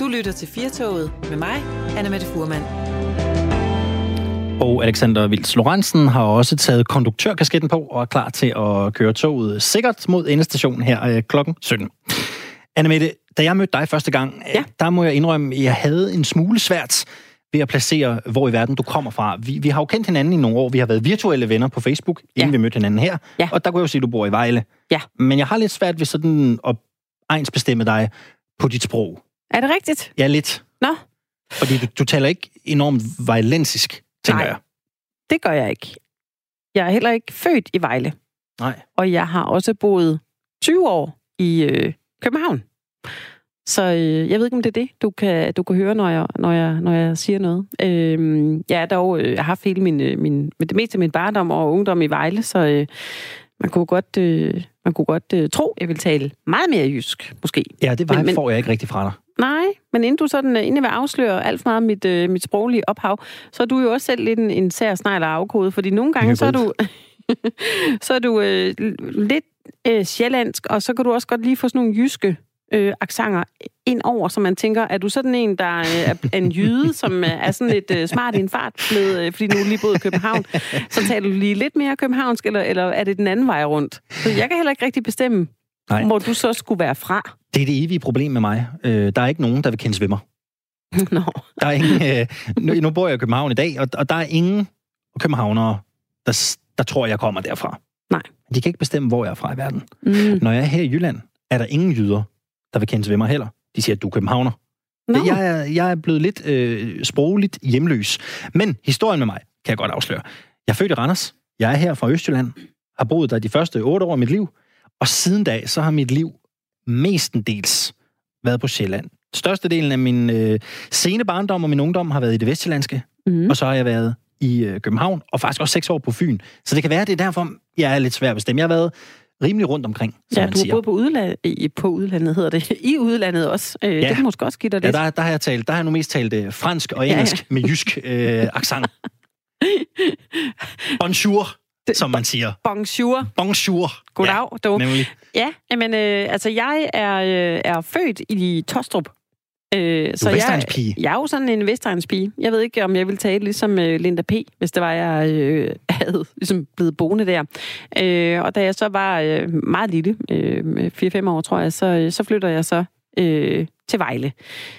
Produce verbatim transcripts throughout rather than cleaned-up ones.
lytter til Firtoget med mig, Anne-Mette Fuhrmann. Og Alexander Vils Lorentzen har også taget konduktørkasketten på og er klar til at køre toget sikkert mod endestationen her klokken sytten. Anne-Mette, da jeg mødte dig første gang, ja. der må jeg indrømme, at jeg havde en smule svært ved at placere, hvor i verden du kommer fra. Vi, vi har jo kendt hinanden i nogle år. Vi har været virtuelle venner på Facebook, inden ja. vi mødte hinanden her. Ja. Og der kunne jeg jo sige, at du bor i Vejle. Ja. Men jeg har lidt svært ved sådan at egnsbestemme dig på dit sprog. Er det rigtigt? Ja, lidt. Nå. Fordi du, du taler ikke enormt vejlensisk, tænker Nej, jeg. Det gør jeg ikke. Jeg er heller ikke født i Vejle. Nej. Og jeg har også boet tyve år i øh, København. Så øh, jeg ved ikke, om det er det, du kan, du kan høre, når jeg, når jeg, når jeg siger noget. Øh, jeg, er dog, øh, jeg har haft hele min, min, det meste af min barndom og ungdom i Vejle, så øh, man kunne godt, øh, man kunne godt øh, tro, jeg vil tale meget mere jysk, måske. Ja, det var, men, får jeg ikke rigtig fra dig. Nej, men inden du sådan, inden jeg vil afsløre alt for meget mit, øh, mit sproglige ophav, så er du jo også selv lidt en, en sær snegl og afkode, fordi nogle gange så er du, så er du øh, lidt øh, sjællandsk, og så kan du også godt lige få sådan nogle jyske øh, accenter ind over, så man tænker, er du sådan en, der øh, er en jyde, som er sådan lidt øh, smart i en fart, blevet, øh, fordi nu lige boet i København, så taler du lige lidt mere københavnsk, eller, eller er det den anden vej rundt? Så jeg kan heller ikke rigtig bestemme, Nej. hvor du så skulle være fra. Det er det evige problem med mig. Øh, der er ikke nogen, der vil kende svømmer. No. Der er ingen, øh, nu, nu bor jeg i København i dag, og, og der er ingen københavnere, der, der tror, jeg kommer derfra. Nej. De kan ikke bestemme, hvor jeg er fra i verden. Mm. Når jeg er her i Jylland, er der ingen jyder, der vil kende svømmer heller. De siger, at du er københavner. No. Jeg, er, jeg er blevet lidt øh, sprogligt hjemløs. Men historien med mig kan jeg godt afsløre. Jeg er født i Randers. Jeg er her fra Østjylland. Har boet der de første otte år af mit liv. Og siden da, så har mit liv mestendels været på Sjælland. Størstedelen af min øh, sene barndom og min ungdom har været i det vestjyllandske. Mm. Og så har jeg været i øh, København, og faktisk også seks år på Fyn. Så det kan være, det er derfor, jeg er lidt svær at bestemme. Jeg har været rimelig rundt omkring, som ja, man du siger. har boet på udlandet, på udlandet hedder det. I udlandet også. Øh, ja. Det kan måske også give dig lidt. Ja, der, der har jeg talt, der har jeg nu mest talt øh, fransk og engelsk ja, ja. med jysk øh, accent. Bonjour, det, som man siger. Bonjour. Bonjour. Goddag, ja, dog. Nemlig. Ja, men øh, altså jeg er, øh, er født i Tostrup. Øh, så jeg, jeg er jo sådan en vestegnspige. Jeg ved ikke, om jeg ville tale ligesom øh, Linda P., hvis det var, jeg øh, havde ligesom blevet boende der. Øh, og da jeg så var øh, meget lille, øh, fire fem år tror jeg, så, så flytter jeg så øh, til Vejle.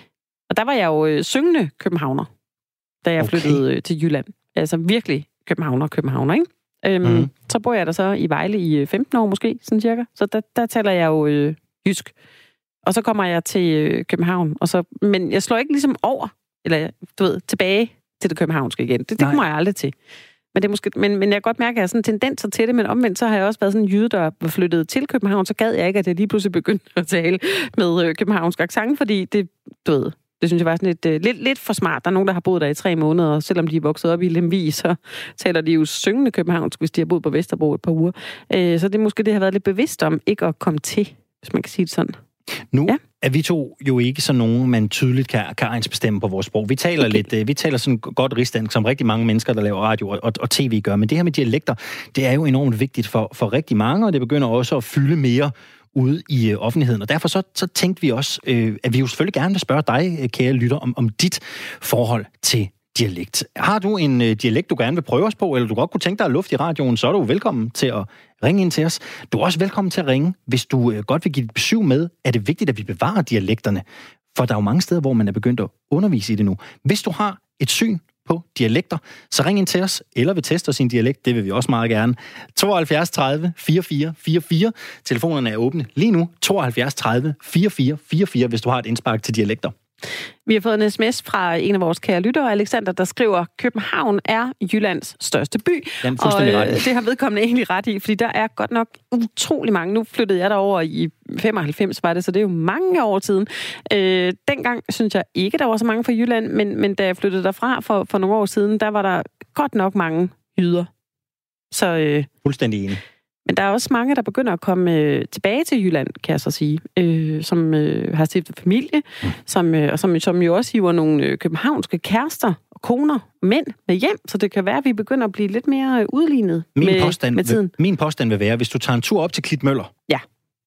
Og der var jeg jo øh, syngende københavner, da jeg okay. flyttede øh, til Jylland. Altså virkelig københavner, københavner, ikke? Øhm, mm. Så bor jeg der så i Vejle i femten år måske, sådan cirka. Så der, der taler jeg jo øh, jysk. Og så kommer jeg til øh, København. Og så, men jeg slår ikke ligesom over, eller du ved, tilbage til det københavnske igen. Det, det kommer jeg aldrig til. Men, det er måske, men, men jeg kan godt mærke, at jeg har sådan tendenser til det, men omvendt så har jeg også været sådan en jyde, der var flyttet til København, så gad jeg ikke, at jeg lige pludselig begyndte at tale med øh, københavnsk accent, fordi det, du ved, det synes jeg var sådan lidt, øh, lidt, lidt for smart. Der er nogen, der har boet der i tre måneder, og selvom de er vokset op i Lemvig, så taler de jo syngende københavnsk, hvis de har boet på Vesterbro et par uger. Øh, så det er måske det, jeg har været lidt bevidst om, ikke at komme til, hvis man kan sige det sådan. Nu ja. er vi to jo ikke sådan nogen, man tydeligt kan, kan egnsbestemme på vores sprog. Vi taler okay. lidt, vi taler sådan godt rigsdansk, som rigtig mange mennesker, der laver radio og, og tv gør. Men det her med dialekter, det er jo enormt vigtigt for, for rigtig mange, og det begynder også at fylde mere ude i øh, offentligheden. Og derfor så, så tænkte vi også, øh, at vi jo selvfølgelig gerne vil spørge dig, kære lytter, om, om dit forhold til dialekt. Har du en øh, dialekt, du gerne vil prøve os på, eller du godt kunne tænke dig at lufte i radioen, så er du velkommen til at ringe ind til os. Du er også velkommen til at ringe, hvis du øh, godt vil give dit besøg med. Er det vigtigt, at vi bevarer dialekterne? For der er jo mange steder, hvor man er begyndt at undervise i det nu. Hvis du har et syn på dialekter, så ring ind til os, eller vil teste os sin dialekt, det vil vi også meget gerne. tooghalvfjerds tredive fireogfyrre fireogfyrre. Telefonerne er åbne lige nu. tooghalvfjerds tredive fireogfyrre fireogfyrre, hvis du har et indspark til dialekter. Vi har fået en sms fra en af vores kære lyttere, Alexander, der skriver, København er Jyllands største by. Jamen, og øh, det har vedkommende egentlig ret i, fordi der er godt nok utrolig mange. Nu flyttede jeg derover i femoghalvfems, var det, så det er jo mange år siden. Øh, dengang synes jeg ikke, der var så mange fra Jylland, men, men da jeg flyttede derfra for, for nogle år siden, der var der godt nok mange jyder. Så, øh, Fuldstændig enig. Men der er også mange, der begynder at komme øh, tilbage til Jylland, kan jeg så sige, øh, som øh, har stiftet familie, mm. som, øh, og som, som jo også hiver nogle øh, københavnske kærester og koner og mænd med hjem, så det kan være, at vi begynder at blive lidt mere øh, udlignet min med, påstand med tiden. Vil, min påstand vil være, hvis du tager en tur op til Klitmøller, ja.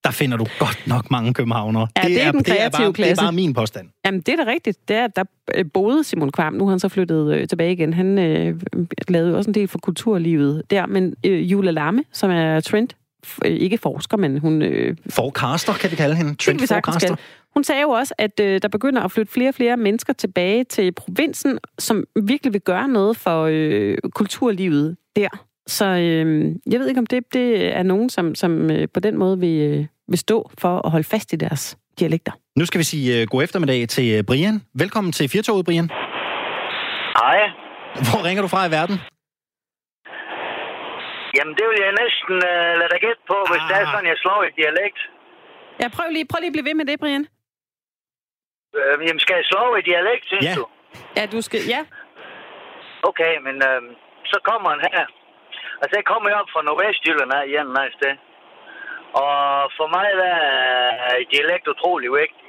der finder du godt nok mange københavnere. Ja, det, det er den kreative det er bare, klasse. Det er bare min påstand. Jamen, det er da rigtigt. Det er, der boede Simon Kvam. Nu har han så flyttet øh, tilbage igen. Han øh, lavede jo også en del for kulturlivet der. Men øh, Jule Lamme, som er trend, øh, ikke forsker, men hun... Øh, Forecaster, kan vi kalde hende. Trend forecaster. Hun sagde jo også, at øh, der begynder at flytte flere og flere mennesker tilbage til provinsen, som virkelig vil gøre noget for øh, kulturlivet der. Så øh, jeg ved ikke, om det, det er nogen, som, som øh, på den måde vil, øh, vil stå for at holde fast i deres dialekter. Nu skal vi sige uh, god eftermiddag til uh, Brian. Velkommen til Firtoget, Brian. Hej. Hvor ringer du fra i verden? Jamen, det vil jeg næsten uh, lade dig gætte på, hvis ah. det er sådan, jeg slår i dialekt. Ja, prøv lige, prøv lige at blive ved med det, Brian. Uh, jamen, skal jeg slå i dialekt, synes ja. du? Ja, du skal... Ja. Okay, men uh, så kommer han her. Altså, jeg kommer op fra Nordvestjylland her igen, nej sted. Og for mig der er dialekt utrolig vigtigt.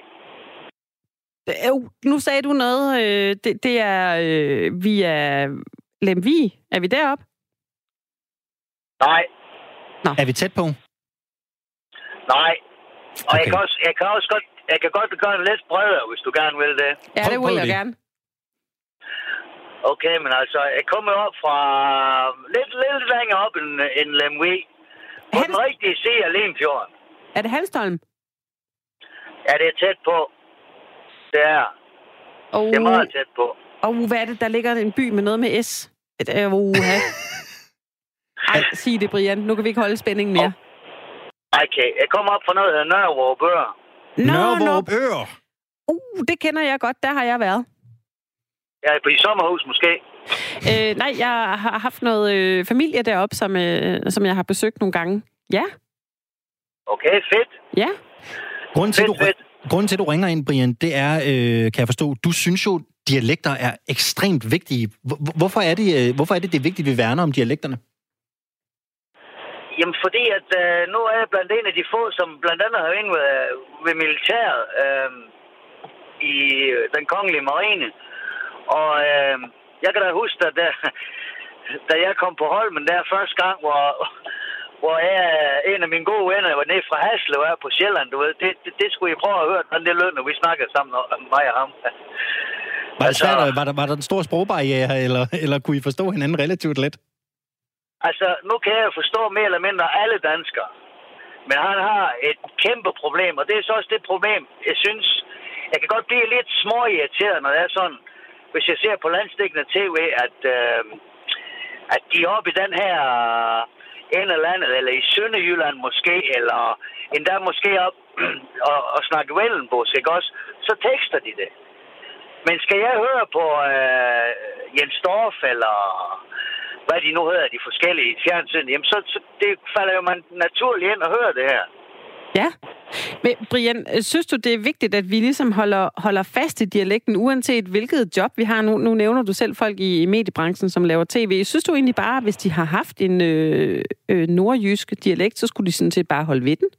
Øh, nu sagde du noget. Øh, det, det er... Øh, vi er... Lemvig. Er vi deroppe? Nej. Nå. Er vi tæt på? Nej. Og okay. jeg, kan også, jeg kan også godt... Jeg kan godt gøre det lidt bredere, hvis du gerne vil det. Ja, det vil jeg gerne. Okay, men altså, jeg kommer op fra lidt, lidt længere op end, end Lemvig. På Hans... den rigtige side af Limfjorden. Er det Hanstholm? Ja, det er tæt på. Det er. Og... Det er meget tæt på. Og hvad er det, der ligger en by med noget med S? Det er jo... Ej, sig det, Brian. Nu kan vi ikke holde spændingen mere. Okay, jeg kommer op fra noget af Nørrevorupør. Nørrevorupør? Uh, det kender jeg godt. Der har jeg været. Ja, på i sommerhus måske. Øh, nej, jeg har haft noget øh, familie deroppe, som, øh, som jeg har besøgt nogle gange. Ja. Okay, fedt. Ja. Grunden til, fedt, du, fedt. grunden til, du ringer ind, Brian, det er, øh, kan jeg forstå, du synes jo, dialekter er ekstremt vigtige. Hvorfor er det, øh, hvorfor er det, det er vigtigt, at vi værner om dialekterne? Jamen, fordi at øh, nu er jeg blandt en af de få, som blandt andet har været ved, ved militæret øh, i den kongelige marine. Og øh, jeg kan da huske, at da, da jeg kom på Holmen der første gang, hvor, hvor jeg, en af mine gode venner var nede fra Haslev her på Sjælland, du ved, det, det, det skulle I prøve at høre, hvordan det lød, når vi snakkede sammen, mig og ham. Var det svært, altså, var, der, var der en stor sprogbarriere, eller, eller kunne I forstå hinanden relativt let? Altså, nu kan jeg jo forstå mere eller mindre alle danskere. Men han har et kæmpe problem, og det er så også det problem, jeg synes, jeg kan godt blive lidt småirriteret, når det er sådan, hvis jeg ser på landsdækkende tv, at, øh, at de er oppe i den her ende af landet, eller i Sønderjylland måske, eller endda måske op og, og snakke Vellenbos, ikke også? Så tekster de det. Men skal jeg høre på øh, Jens Dorf, eller hvad de nu hedder, de forskellige fjernsyn, jamen så, så det falder jo man naturligt ind og hører det her. Ja. Men Brian, synes du, det er vigtigt, at vi ligesom holder, holder fast i dialekten, uanset hvilket job vi har? Nu, nu nævner du selv folk i, i mediebranchen, som laver tv. Synes du egentlig bare, hvis de har haft en øh, øh, nordjysk dialekt, så skulle de sådan set bare holde ved den?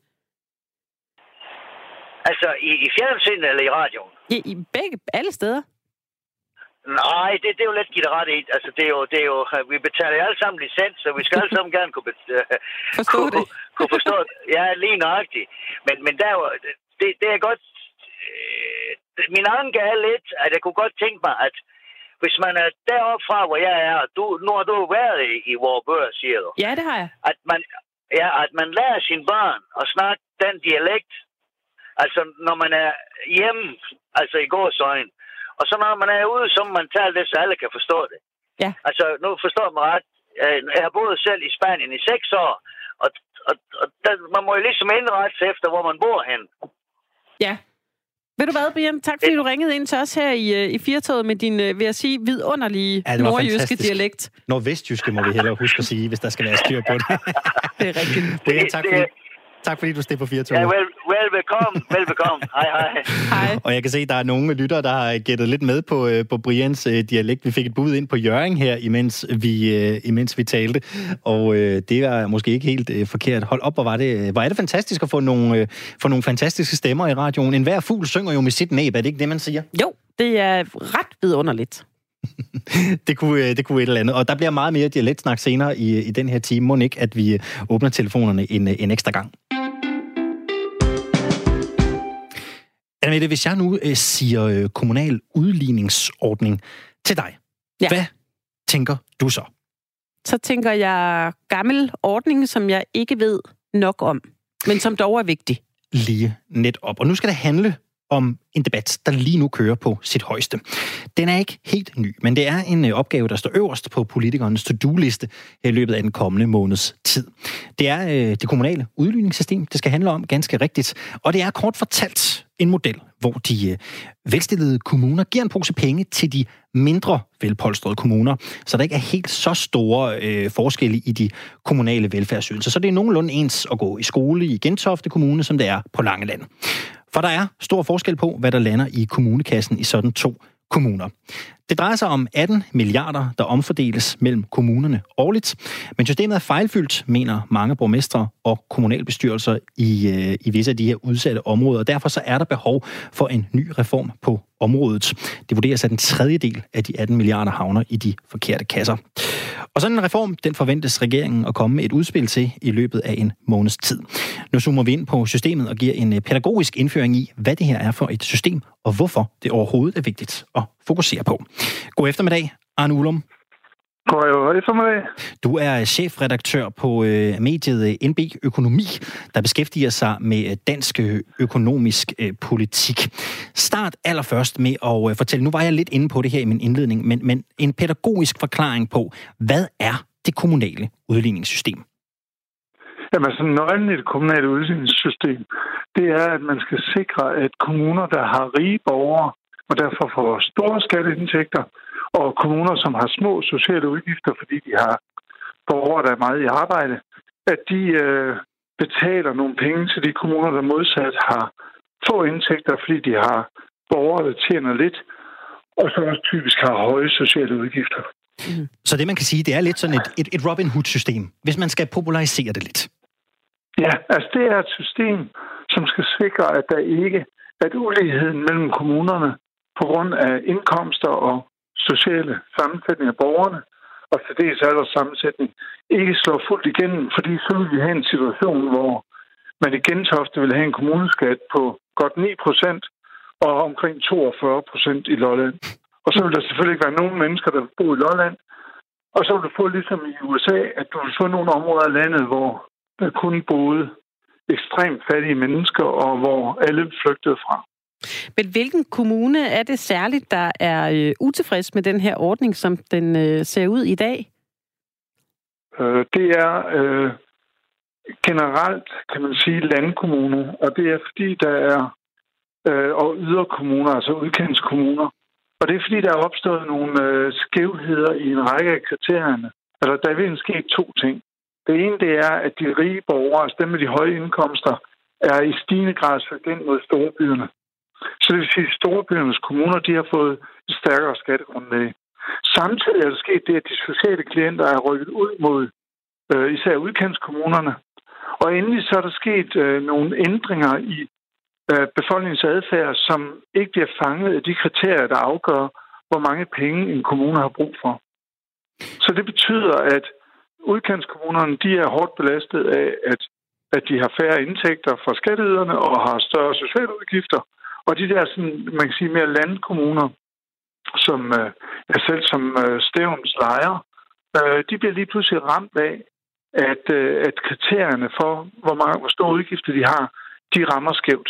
Altså, i, i fjernsyn eller i radioen? I, i begge, alle steder. Nej, det, det er jo lidt givet ret i. Altså, det er jo, det er jo, vi betaler jo alle sammen licens, så vi skal alle sammen gerne kunne, uh, forstå kunne, det. kunne forstå det. Ja, lige nøjagtigt. Men, men der er jo, det, det er godt, øh, min anke er lidt, at jeg kunne godt tænke mig, at hvis man er deroppe fra, hvor jeg er, du, nu har du været i, i Vorupør, siger du. Ja, det har jeg. At man, ja, at man lærer sine børn at snakke den dialekt, altså når man er hjemme, altså i gårsøjne. Og så når man er ude, så man taler det, så alle kan forstå det. Ja. Altså, nu forstår man ret. Jeg har boet selv i Spanien i seks år, og, og, og der, man må jo ligesom indrette sig efter, hvor man bor hen. Ja. Ved du hvad, Brian? Tak fordi du ringede ind til os her i, i Firtoget med din, vil jeg sige, vidunderlige ja, nordjyske dialekt. Nordvestjyske må vi hellere huske at sige, hvis der skal være styr på det. Det er rigtigt. Brian, tak fordi... Tak fordi du steg på Firtoget. Ja, vel, vel bekomme, vel bekomme. Hej, hej. Hej. Og jeg kan se, at der er nogle lyttere, der har gættet lidt med på, på Brians uh, dialekt. Vi fik et bud ind på Hjørring her, imens vi, uh, imens vi talte. Og uh, det er måske ikke helt uh, forkert. Hold op, hvor var det, hvor er det fantastisk at få nogle, uh, få nogle fantastiske stemmer i radioen. En hver fugl synger jo med sit næb, er det ikke det, man siger? Jo, det er ret vidunderligt. det, kunne, det kunne et eller andet. Og der bliver meget mere dialektsnak senere i, i den her time. Må ikke, at vi åbner telefonerne en, en ekstra gang. Annemette, hvis jeg nu øh, siger øh, kommunal udligningsordning til dig, ja. Hvad tænker du så? Så tænker jeg gammel ordning, som jeg ikke ved nok om, men som dog er vigtig. Lige net op. Og nu skal det handle om en debat, der lige nu kører på sit højeste. Den er ikke helt ny, men det er en opgave, der står øverst på politikernes to-do-liste i løbet af den kommende måneds tid. Det er øh, det kommunale udligningssystem, det skal handle om ganske rigtigt, og det er kort fortalt en model, hvor de øh, velstillede kommuner giver en pose penge til de mindre velpolstrede kommuner, så der ikke er helt så store øh, forskelle i de kommunale velfærdsydelser. Så det er nogenlunde ens at gå i skole i Gentofte Kommune, som det er på Langeland. For der er stor forskel på, hvad der lander i kommunekassen i sådan to kommuner. Det drejer sig om atten milliarder, der omfordeles mellem kommunerne årligt. Men systemet er fejlfyldt, mener mange borgmestre og kommunalbestyrelser i, øh, i visse af de her udsatte områder. Derfor så er der behov for en ny reform på området. Det vurderes, at en tredjedel af de atten milliarder havner i de forkerte kasser. Og sådan en reform, den forventes regeringen at komme med et udspil til i løbet af en måneds tid. Nu zoomer vi ind på systemet og giver en pædagogisk indføring i, hvad det her er for et system, og hvorfor det overhovedet er vigtigt at fokusere på. God eftermiddag, Arne Ullum. God eftermiddag. Du er chefredaktør på øh, mediet N B Økonomi, der beskæftiger sig med dansk økonomisk øh, politik. Start allerførst med at øh, fortælle, nu var jeg lidt inde på det her i min indledning, men, men en pædagogisk forklaring på, hvad er det kommunale udligningssystem? Jamen, så nøglen i det kommunale udligningssystem, det er, at man skal sikre, at kommuner, der har rige borgere, og derfor får store skatteindtægter, og kommuner, som har små sociale udgifter, fordi de har borgere, der er meget i arbejde, at de øh, betaler nogle penge til de kommuner, der modsat har få indtægter, fordi de har borgere, der tjener lidt, og så også typisk har høje sociale udgifter. Mm. Så det, man kan sige, det er lidt sådan et, et, et Robin Hood-system, hvis man skal popularisere det lidt. Ja, altså det er et system, som skal sikre, at der ikke at uligheden mellem kommunerne på grund af indkomster og sociale sammensætning af borgerne, og til dels alderssammensætning, ikke slår fuldt igennem, fordi så vil vi have en situation, hvor man i Gentofte vil have en kommuneskat på godt ni procent og omkring toogfyrre procent i Lolland. Og så vil der selvfølgelig ikke være nogen mennesker, der vil bo i Lolland. Og så vil du få ligesom i U S A, at du vil få nogle områder af landet, hvor der kun boede ekstremt fattige mennesker, og hvor alle flygtede fra. Men hvilken kommune er det særligt, der er øh, utilfreds med den her ordning, som den øh, ser ud i dag? Øh, det er øh, generelt, kan man sige, landkommuner, og det er fordi, der er øh, og yderkommuner, altså udkantskommuner. Og det er fordi, der er opstået nogle øh, skævheder i en række af kriterierne. Altså, der vil ske to ting. Det ene, det er, at de rige borgere, altså dem med de høje indkomster, er i stigende grad søgt ind mod storbyerne. Så det vil sige, at storbyernes kommuner, de har fået et stærkere skattegrundlag. Samtidig er der sket det, at de sociale klienter er rykket ud mod øh, især udkantskommunerne. Og endelig så er der sket øh, nogle ændringer i øh, befolkningens adfærd, som ikke bliver fanget af de kriterier, der afgør, hvor mange penge en kommune har brug for. Så det betyder, at udkantskommunerne, de er hårdt belastet af, at, at de har færre indtægter fra skatteyderne og har større sociale udgifter. Og de der, sådan, man kan sige, mere landkommuner, som øh, er selv som øh, Stævns lejer, øh, de bliver lige pludselig ramt af, at, øh, at kriterierne for, hvor, mange, hvor store udgifter de har, de rammer skævt.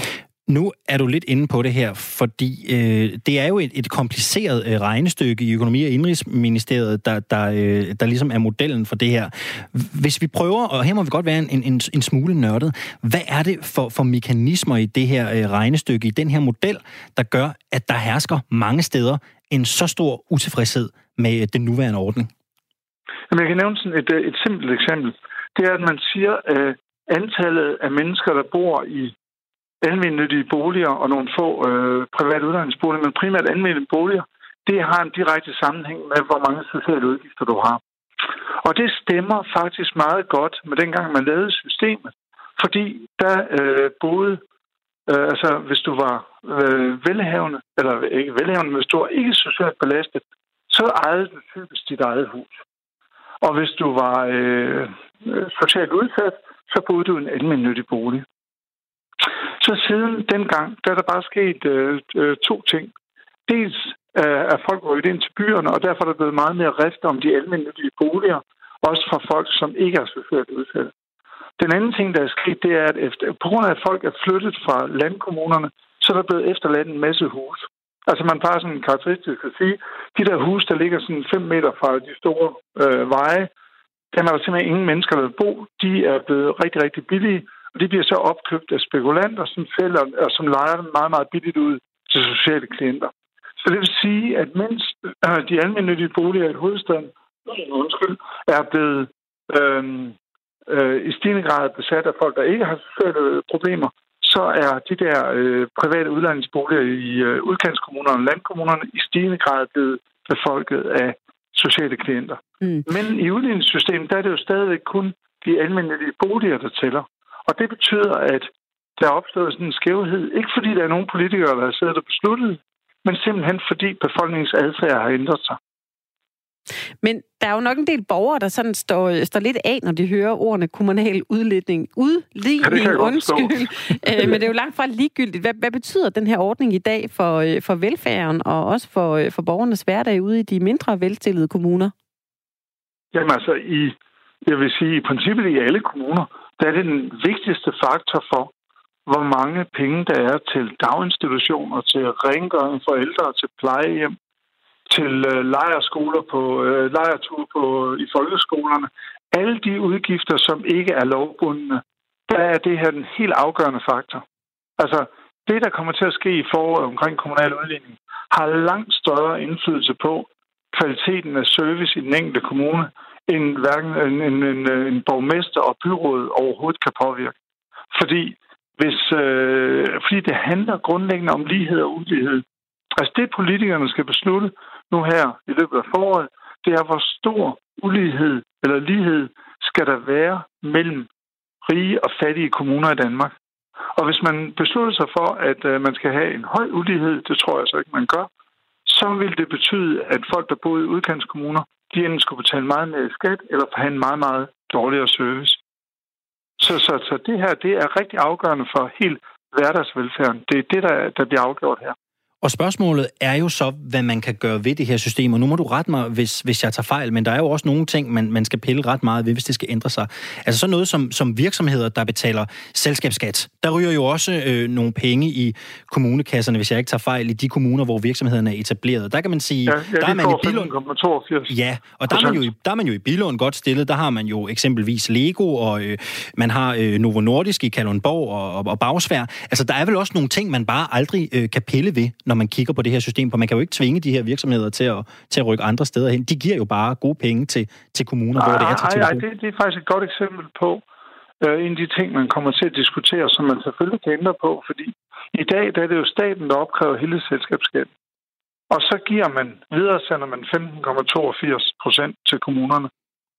Nu er du lidt inde på det her, fordi øh, det er jo et, et kompliceret øh, regnestykke i Økonomi- og Indenrigsministeriet, der, der, øh, der ligesom er modellen for det her. Hvis vi prøver, og her må vi godt være en, en, en smule nørdet, hvad er det for, for mekanismer i det her øh, regnestykke, i den her model, der gør, at der hersker mange steder en så stor utilfredshed med øh, den nuværende ordning? Jamen, jeg kan nævne sådan et, et simpelt eksempel. Det er, at man siger, at øh, antallet af mennesker, der bor i almennyttige boliger og nogle få øh, private uddannelsesboliger, men primært almennyttige boliger, det har en direkte sammenhæng med, hvor mange sociale udgifter du har. Og det stemmer faktisk meget godt med dengang, man lavede systemet. Fordi der øh, boede, øh, altså hvis du var øh, velhavende, eller ikke velhavende, men hvis du var ikke socialt belastet, så ejede du typisk dit eget hus. Og hvis du var øh, socialt udsat, så boede du i en almennyttig bolig. Så siden dengang, der er der bare sket øh, øh, to ting. Dels øh, er folk rykket ind til byerne, og derfor er der blevet meget mere rift om de almindelige boliger, også fra folk, som ikke er socialt udsatte. Den anden ting, der er sket, det er, at efter, på grund af, at folk er flyttet fra landkommunerne, så er der blevet efterladt en masse huse. Altså man bare sådan karakteristisk at sige, de der huse, der ligger sådan fem meter fra de store øh, veje, dem er der simpelthen ingen mennesker, der vil bo. De er blevet rigtig, rigtig billige, og de bliver så opkøbt af spekulanter, som sælger, og som lejer dem meget, meget billigt ud til sociale klienter. Så det vil sige, at mens øh, de almindelige boliger i hovedstaden undskyld, er blevet øh, øh, i stigende grad besat af folk, der ikke har sociale problemer, så er de der øh, private udlejningsboliger i øh, udkantskommunerne og landkommunerne i stigende grad blevet befolket af sociale klienter. Mm. Men i udligningssystemet, der er det jo stadigvæk kun de almindelige boliger, der tæller. Og det betyder, at der er opstået sådan en skævhed, ikke fordi der er nogen politikere, der har siddet og besluttet, men simpelthen fordi befolkningens adfærd har ændret sig. Men der er jo nok en del borgere, der sådan står, står lidt af, når de hører ordene kommunal udligning. Udligning, ja, undskyld. Æ, men det er jo langt fra ligegyldigt. Hvad, hvad betyder den her ordning i dag for, for velfærden og også for, for borgernes hverdag ude i de mindre velstillede kommuner? Jamen altså, i, jeg vil sige, i princippet i alle kommuner, der er det den vigtigste faktor for, hvor mange penge der er til daginstitutioner, til rengøring for ældre, til plejehjem, til øh, lejrskoler på øh, lejrtur på i folkeskolerne. Alle de udgifter, som ikke er lovbundne, der er det her den helt afgørende faktor. Altså, det, der kommer til at ske i foråret omkring kommunal udligning, har langt større indflydelse på kvaliteten af service i den enkelte kommune, end hverken en, en, en, en borgmester og byråd overhovedet kan påvirke. Fordi, hvis, øh, fordi det handler grundlæggende om lighed og ulighed. Altså det, politikerne skal beslutte nu her i løbet af foråret, det er, hvor stor ulighed eller lighed skal der være mellem rige og fattige kommuner i Danmark. Og hvis man beslutter sig for, at øh, man skal have en høj ulighed, det tror jeg så ikke, man gør, så vil det betyde, at folk, der bor i udkantskommuner, de enten skulle betale meget mere i skat, eller have en meget, meget dårligere service. Så, så, så det her, det er rigtig afgørende for helt hverdagsvelfærden. Det er det, der, der bliver afgjort her. Og spørgsmålet er jo så, hvad man kan gøre ved det her system. Og nu må du rette mig, hvis, hvis jeg tager fejl, men der er jo også nogle ting, man, man skal pille ret meget ved, hvis det skal ændre sig. Altså så noget som, som virksomheder, der betaler selskabsskat. Der ryger jo også øh, nogle penge i kommunekasserne, hvis jeg ikke tager fejl, i de kommuner, hvor virksomhederne er etableret. Der kan man sige, ja, ja, der er man i Billund. Ja, og der er, man jo, der er man jo i Billund godt stillet. Der har man jo eksempelvis Lego, og øh, man har øh, Novo Nordisk i Kalundborg og, og, og Bagsværd. Altså der er vel også nogle ting, man bare aldrig øh, kan pille ved, når man kigger på det her system, for man kan jo ikke tvinge de her virksomheder til at, til at rykke andre steder hen. De giver jo bare gode penge til, til kommuner, hvor det er attraktivt. Nej, det, det er faktisk et godt eksempel på uh, en af de ting, man kommer til at diskutere, som man selvfølgelig kan ændre på, fordi i dag der er det jo staten, der opkræver hele selskabsskatten. Og så giver man, videre sender man femten komma toogfirs procent til kommunerne.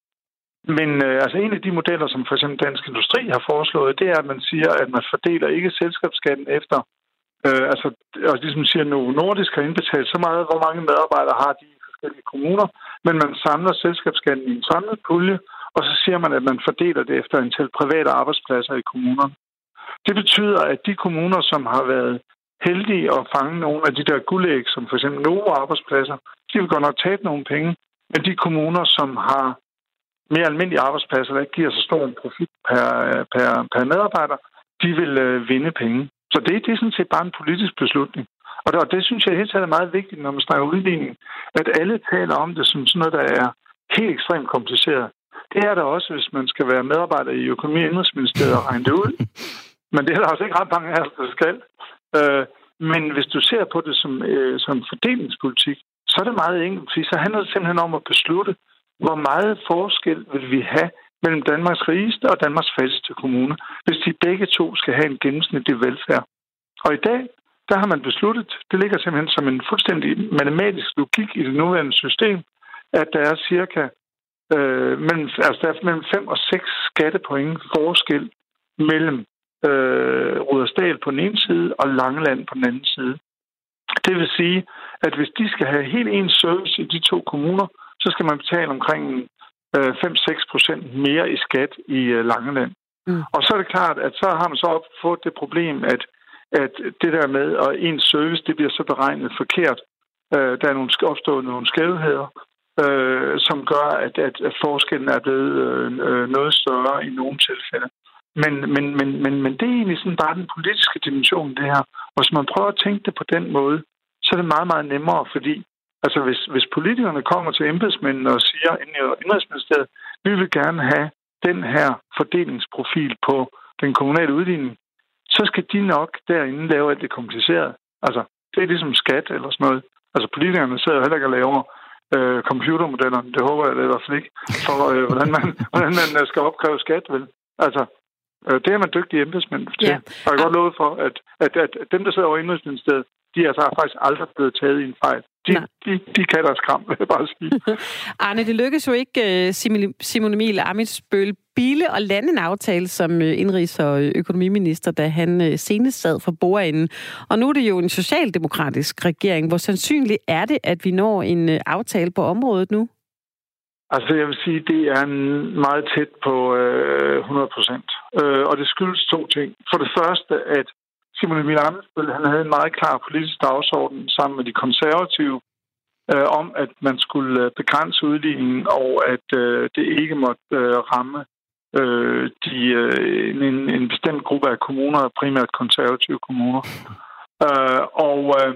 Men uh, altså en af de modeller, som for eksempel Dansk Industri har foreslået, det er, at man siger, at man fordeler ikke selskabsskatten efter Øh, altså, altså, ligesom siger, at Novo Nordisk har indbetalt så meget, hvor mange medarbejdere har de i forskellige kommuner, men man samler selskabsskatten i en samlet pulje, og så siger man, at man fordeler det efter antal private arbejdspladser i kommunerne. Det betyder, at de kommuner, som har været heldige at fange nogle af de der guldæg, som for eksempel Novo arbejdspladser, de vil godt nok tabe nogle penge, men de kommuner, som har mere almindelige arbejdspladser, der ikke giver så stor en profit per, per, per medarbejder, de vil øh, vinde penge. Så det, det er sådan set bare en politisk beslutning. Og det, og det synes jeg helt er meget vigtigt, når man snakker udligning, at alle taler om det som sådan noget, der er helt ekstremt kompliceret. Det er der også, hvis man skal være medarbejder i Økonomi- og Indenrigsministeriet og regne det ud. Men det er der også ikke ret mange af os, der skal. Øh, men hvis du ser på det som, øh, som fordelingspolitik, så er det meget enkelt. Så handler det simpelthen om at beslutte, hvor meget forskel vil vi have mellem Danmarks rigeste og Danmarks fattigste kommuner, hvis de begge to skal have en gennemsnitlig velfærd. Og i dag, der har man besluttet, det ligger simpelthen som en fuldstændig matematisk logik i det nuværende system, at der er cirka øh, mellem, altså der er mellem fem og seks skattepoint forskel mellem øh, Rudersdal på den ene side og Langeland på den anden side. Det vil sige, at hvis de skal have helt ens service i de to kommuner, så skal man betale omkring fem til seks procent mere i skat i Langeland. Mm. Og så er det klart, at så har man så fået det problem, at at det der med, at ens service, det bliver så beregnet forkert. Øh, der er nogle, opstået nogle skævheder, øh, som gør, at, at, at forskellen er blevet øh, noget større i nogle tilfælde. Men, men, men, men, men det er egentlig sådan bare den politiske dimension, det her. Og hvis man prøver at tænke det på den måde, så er det meget, meget nemmere, fordi altså hvis, hvis politikerne kommer til embedsmændene og siger inde i Indenrigsministeriet, vi vil gerne have den her fordelingsprofil på den kommunale udligning, så skal de nok derinde lave alt det kompliceret. Altså, det er ligesom skat eller sådan noget. Altså, politikerne sidder heller ikke og laver øh, computermodeller, det håber jeg i hvert fald ikke, for øh, hvordan, man, hvordan man skal opkræve skat, vel? Altså, øh, det er man dygtige embedsmænd til. Ja. Og jeg kan godt love for, at, at, at dem, der sidder over Indenrigsministeriet, de er altså faktisk aldrig blevet taget i en fejl. De, de, de kan deres kram, vil jeg bare sige. Arne, det lykkedes jo ikke uh, Simon Emil Ammitzbøll Bille at lande en aftale som uh, indrigs- og økonomiminister, da han uh, senest sad for bordenden. Og nu er det jo en socialdemokratisk regering. Hvor sandsynligt er det, at vi når en uh, aftale på området nu? Altså, jeg vil sige, det er meget tæt på øh, hundrede procent. Øh, og det skyldes to ting. For det første, at Simon Emil Ammitzbøll, han havde en meget klar politisk dagsorden sammen med de konservative øh, om, at man skulle begrænse udligningen, og at øh, det ikke måtte øh, ramme øh, de, øh, en, en bestemt gruppe af kommuner, primært konservative kommuner. Øh, og øh,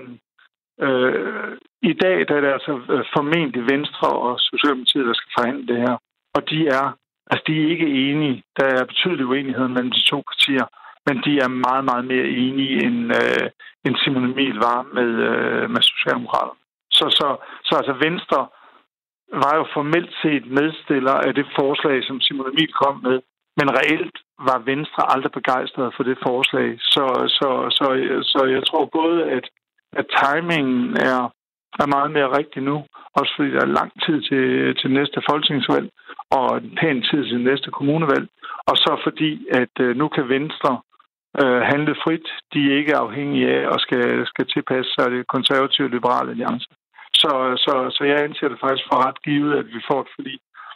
øh, i dag der er det altså formentlig Venstre og Socialdemokratiet, der skal forhandle det her. Og de er, altså, de er ikke enige. Der er betydelig uenighed mellem de to partier. Men de er meget, meget mere enige, end, øh, end Simon Emil var med, øh, med Socialdemokraterne. Så, så, så altså Venstre var jo formelt set medstiller af det forslag, som Simon Emil kom med. Men reelt var Venstre aldrig begejstret for det forslag. Så, så, så, så jeg tror både, at, at timingen er, er meget mere rigtig nu. Også fordi der er lang tid til, til næste folketingsvalg og en pæn tid til næste kommunevalg. Og så fordi, at øh, nu kan Venstre øh, handle frit. De er ikke afhængige af og skal, skal tilpasse sig det konservative liberale alliance. Så, så, så jeg anser det faktisk for ret givet, at vi får et forlig.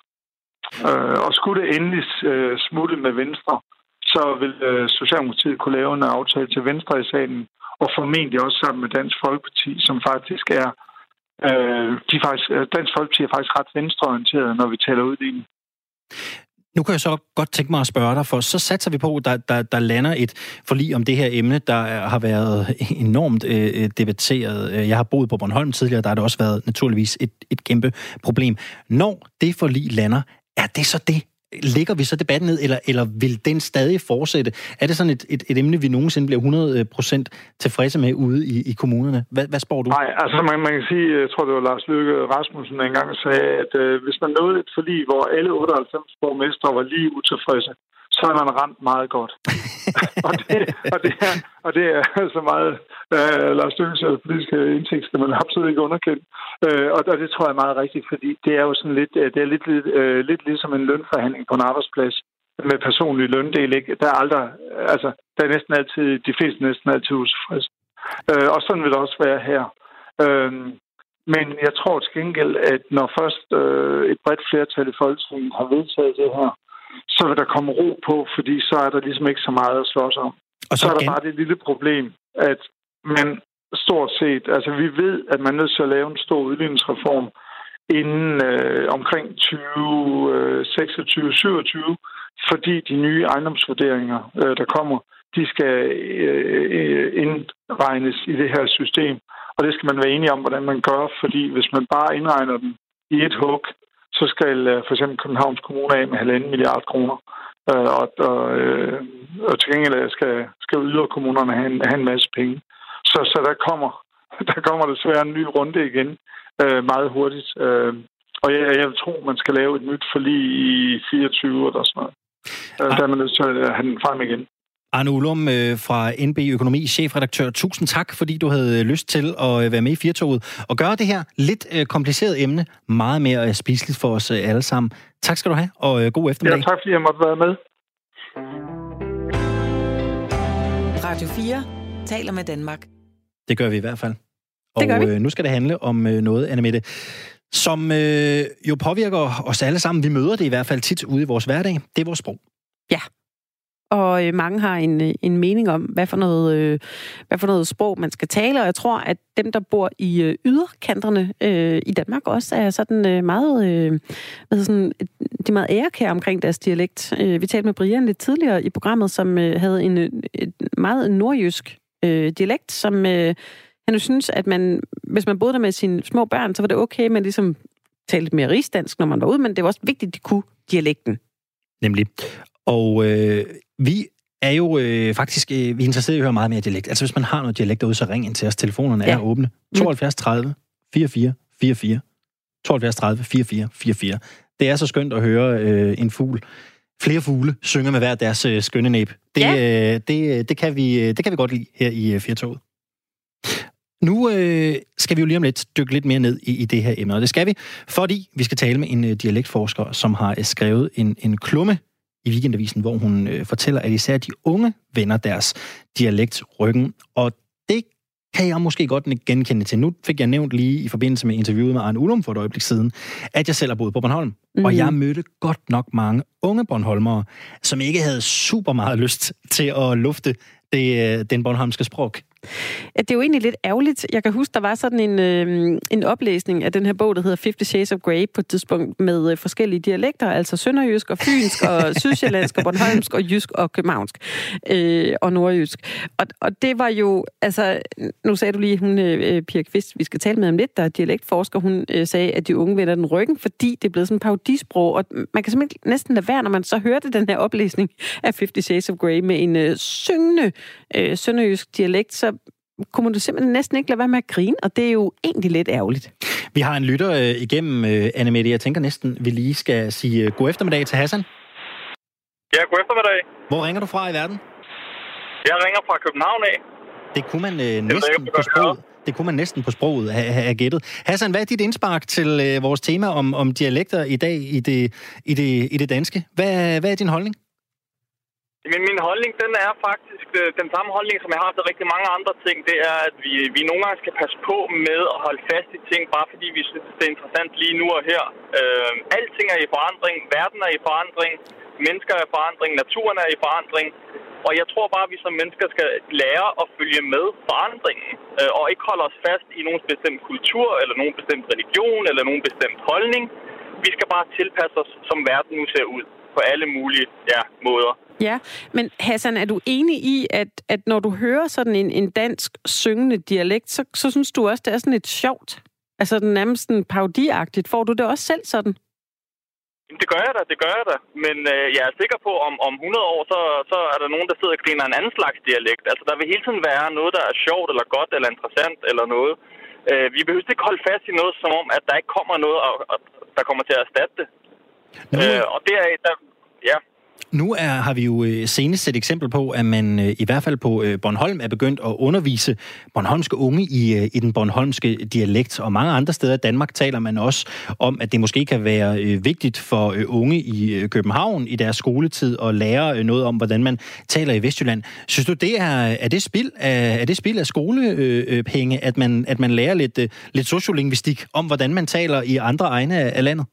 Øh, og skulle det endelig øh, smutte med Venstre, så vil øh, Socialdemokratiet kunne lave en aftale til Venstre i salen, og formentlig også sammen med Dansk Folkeparti, som faktisk er øh, de faktisk, Dansk Folkeparti er faktisk ret venstreorienteret, når vi taler udligning. Nu kan jeg så godt tænke mig at spørge dig, for så satser vi på, at der, der, der lander et forlig om det her emne, der har været enormt øh, debatteret. Jeg har boet på Bornholm tidligere, der har det også været naturligvis et, et kæmpe problem. Når det forlig lander, er det så det? Lægger vi så debatten ned, eller, eller vil den stadig fortsætte? Er det sådan et, et, et emne, vi nogensinde bliver hundrede procent tilfredse med ude i, i kommunerne? Hvad, hvad spår du? Nej, altså man, man kan sige, jeg tror det var Lars Løkke Rasmussen, der engang sagde, at øh, hvis man nåede et forlig, hvor alle otteoghalvfems borgmestre var lige utilfredse, så er man ramt meget godt. og, det, og, det er, og det er så meget øh, Lars Løkkes politiske indsigt, skal man absolut ikke underkende. Øh, og, og det tror jeg er meget rigtigt, fordi det er jo sådan lidt, det er lidt, lidt, øh, lidt ligesom en lønforhandling på en arbejdsplads med personlig løndel. Ikke? Der er aldrig, altså, der er næsten altid, de fleste næsten altid utilfredse. Øh, og sådan vil det også være her. Øh, men jeg tror til gengæld, at når først øh, et bredt flertal i Folketinget har vedtaget det her, så vil der komme ro på, fordi så er der ligesom ikke så meget at slås om. Og så, så er der gen... bare det lille problem, at man stort set, altså vi ved, at man er nødt til at lave en stor udligningsreform inden øh, omkring tyve seksogtyve syvogtyve, fordi de nye ejendomsvurderinger, øh, der kommer, de skal øh, indregnes i det her system. Og det skal man være enige om, hvordan man gør, fordi hvis man bare indregner dem i et hug, så skal for eksempel Københavns Kommune af med halvanden milliard kroner. Øh, og, og, øh, og til gengæld skal, skal yderkommunerne have en, have en masse penge. Så, så der kommer der kommer desværre en ny runde igen øh, meget hurtigt. Øh, og jeg, jeg vil tro, man skal lave et nyt forlig i fireogtyve eller sådan noget. Øh, der er man nødt til at have den frem igen. Arne Ullum fra N B Økonomi, chefredaktør. Tusind tak, fordi du havde lyst til at være med i Firtoget og gøre det her lidt komplicerede emne meget mere spiseligt for os alle sammen. Tak skal du have, og god eftermiddag. Ja, tak fordi jeg måtte være med. Radio fire taler med Danmark. Det gør vi i hvert fald. Og det gør vi. Nu skal det handle om noget, Annemette, som øh, jo påvirker os alle sammen. Vi møder det i hvert fald tit ude i vores hverdag. Det er vores sprog. Ja. og øh, mange har en, en mening om, hvad for, noget, øh, hvad for noget sprog man skal tale, og jeg tror, at dem, der bor i øh, yderkanterne øh, i Danmark også, er sådan øh, meget, øh, hvad sådan, de er meget ærekære omkring deres dialekt. Øh, vi talte med Brian lidt tidligere i programmet, som øh, havde en et meget nordjysk øh, dialekt, som øh, han jo synes, at man, hvis man boede der med sine små børn, så var det okay, man ligesom talte lidt mere rigsdansk, når man var ude, men det var også vigtigt, at de kunne dialekten. Nemlig. Og øh, vi er jo øh, faktisk, øh, vi er interesseret i at høre meget mere dialekt. Altså hvis man har noget dialekt derude, så ring ind til os. Telefonerne ja. er åbne. tooghalvfjerds tredive fireogfyrre fireogfyrre. tooghalvfjerds tredive fireogfyrre fireogfyrre. Det er så skønt at høre øh, en fugl. Flere fugle synger med hver deres øh, skønne næb. Det, ja. øh, det, det, kan vi, det kan vi godt lide her i øh, Firtoget. Nu øh, skal vi jo lige om lidt dykke lidt mere ned i, i det her emne, og det skal vi, fordi vi skal tale med en øh, dialektforsker, som har øh, skrevet en, en klumme i Weekendavisen, hvor hun øh, fortæller, at især de unge vender deres dialekt ryggen, og det kan jeg måske godt genkende til. Nu fik jeg nævnt lige i forbindelse med interviewet med Arne Ullum for et øjeblik siden, at jeg selv har boet på Bornholm, mm. og jeg mødte godt nok mange unge bornholmere, som ikke havde super meget lyst til at lufte det, den bornholmske sprog. Ja, det er jo egentlig lidt ærgerligt. Jeg kan huske, der var sådan en, øh, en oplæsning af den her bog, der hedder Fifty Shades of Grey, på et tidspunkt med øh, forskellige dialekter, altså sønderjysk og fynsk og sydsjællandsk og bornholmsk og jysk og københavnsk øh, og nordjysk. Og, og det var jo, altså, nu sagde du lige, hun, øh, Pia Kvist, vi skal tale med om lidt, der er dialektforsker, hun øh, sagde, at de unge vender den ryggen, fordi det er blevet sådan en parodisprog, og man kan simpelthen næsten lade være, når man så hørte den her oplæsning af Fifty Shades of Grey med en øh, syngende øh, sønderjysk dialekt, så kunne man simpelthen næsten ikke lade være med at grine, og det er jo egentlig lidt ærgerligt. Vi har en lytter øh, igennem, øh, Anne-Mette. Jeg tænker næsten, vi lige skal sige øh, god eftermiddag til Hassan. Ja, god eftermiddag. Hvor ringer du fra i verden? Jeg ringer fra København af. Det kunne man øh, næsten på sproget. Det kunne man næsten på sproget have, have gættet. Hassan, hvad er dit indspark til øh, vores tema om, om dialekter i dag i det, i det, i det danske? Hvad, hvad er din holdning? Men min holdning, den er faktisk øh, den samme holdning, som jeg har til rigtig mange andre ting. Det er, at vi, vi nogle gange skal passe på med at holde fast i ting, bare fordi vi synes, det er interessant lige nu og her. Øh, alting er i forandring, verden er i forandring, mennesker er i forandring, naturen er i forandring. Og jeg tror bare, at vi som mennesker skal lære at følge med forandringen, øh, og ikke holde os fast i nogen bestemt kultur, eller nogen bestemt religion, eller nogen bestemt holdning. Vi skal bare tilpasse os, som verden nu ser ud, på alle mulige ja, måder. Ja, men Hassan, er du enig i, at, at når du hører sådan en, en dansk syngende dialekt, så, så synes du også, det er sådan lidt sjovt? Altså den nærmest sådan parodiagtigt. Får du det også selv sådan? Det gør jeg da, det gør jeg da. Men øh, jeg er sikker på, at om, om hundrede år, så, så er der nogen, der sidder og griner en anden slags dialekt. Altså der vil hele tiden være noget, der er sjovt, eller godt, eller interessant, eller noget. Øh, vi behøver ikke holde fast i noget, som om, at der ikke kommer noget, og, og, der kommer til at erstatte det. Nu... Øh, og det er... Der, ja... Nu er, har vi jo senest et eksempel på, at man i hvert fald på Bornholm er begyndt at undervise bornholmske unge i, i den bornholmske dialekt, og mange andre steder i Danmark taler man også om, at det måske kan være vigtigt for unge i København i deres skoletid at lære noget om, hvordan man taler i Vestjylland. Synes du, det er, er det spild af, er det spild af skolepenge, at man, at man lærer lidt, lidt sociolingvistik om, hvordan man taler i andre egne af landet?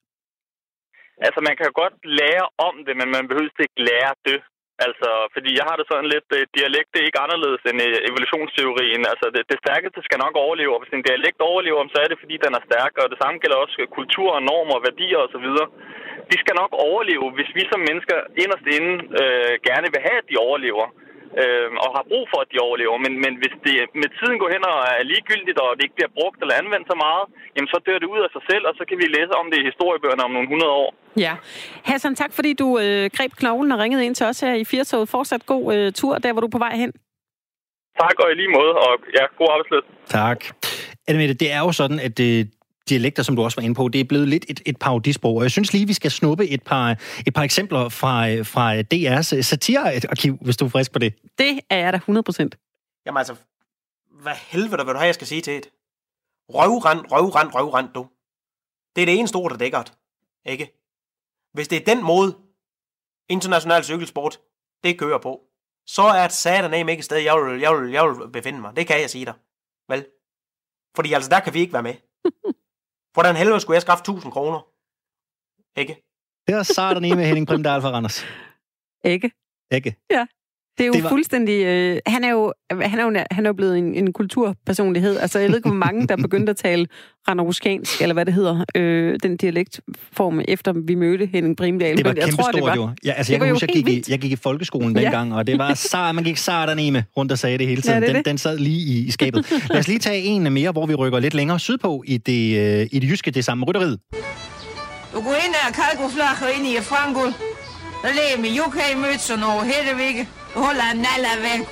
Altså, man kan jo godt lære om det, men man behøver ikke lære det. Altså, fordi jeg har det sådan lidt, dialekt er ikke anderledes end evolutionsteorien. Altså, det, det stærkeste skal nok overleve, og hvis en dialekt overlever, så er det, fordi den er stærk, og det samme gælder også kultur, normer, værdier osv. De skal nok overleve, hvis vi som mennesker inderst inde øh, gerne vil have, at de overlever. Øh, og har brug for, at de overlever. Men, men hvis det med tiden går hen og er ligegyldigt, og det ikke bliver brugt eller anvendt så meget, jamen så dør det ud af sig selv, og så kan vi læse om det i historiebøgerne om nogle hundrede år. Ja. Hassan, tak fordi du øh, greb knoglen og ringede ind til os her i Firtoget. Fortsat god øh, tur, der hvor du er på vej hen. Tak, og i lige måde, og ja, god arbejdsløs. Tak. Anne-Mette, det er jo sådan, at øh, dialekter, som du også var inde på, det er blevet lidt et, et parodisprog. Og jeg synes lige, vi skal snuppe et par, et par eksempler fra, fra D R's satirearkiv, hvis du er frisk på det. Det er jeg da hundrede procent. Jamen altså, hvad helvede vil du have, jeg skal sige til et? Røvrand, røvrand, røvrand, du. Det er det eneste ord, der dækker det. Ikke? Hvis det er den måde, international cykelsport, det kører på, så er et satan ikke et sted, jeg vil, jeg, vil, jeg vil befinde mig. Det kan jeg sige dig. Vel? Fordi altså, der kan vi ikke være med. Hvordan helvede skulle jeg skaffe tusind kroner? Ikke? Det er satan med Henning Primdahl fra Randers. Ikke? Ikke? Ja. Det er jo det var... fuldstændig... Øh, han, er jo, han, er jo, han er jo blevet en, en kulturpersonlighed. Altså, jeg ved ikke, hvor mange, der begyndte at tale randeruskansk, eller hvad det hedder, øh, den dialektform, efter vi mødte Henning Brimdahl. Det var jeg kæmpestort, tror, det var, jo. Ja, altså, jeg kan huske, jeg gik, i, jeg gik i folkeskolen dengang, ja. Og det var Sar, man gik Sar dernede rundt og sagde det hele tiden. Ja, det den, den sad lige i, i skabet. Lad os lige tage en mere, hvor vi rykker lidt længere sydpå i det, i det jyske, det samme rytteriet. Du går ind og kalkoflager ind i Frankfurt. Der lever med U K Mødsen over Hedevig. Du holder en naller væk.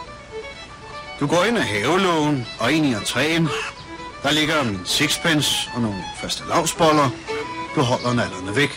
Du går ind ad havelågen og ind i entréen. Der ligger en sixpence og nogle faste lavsboller. Du holder nallerne væk.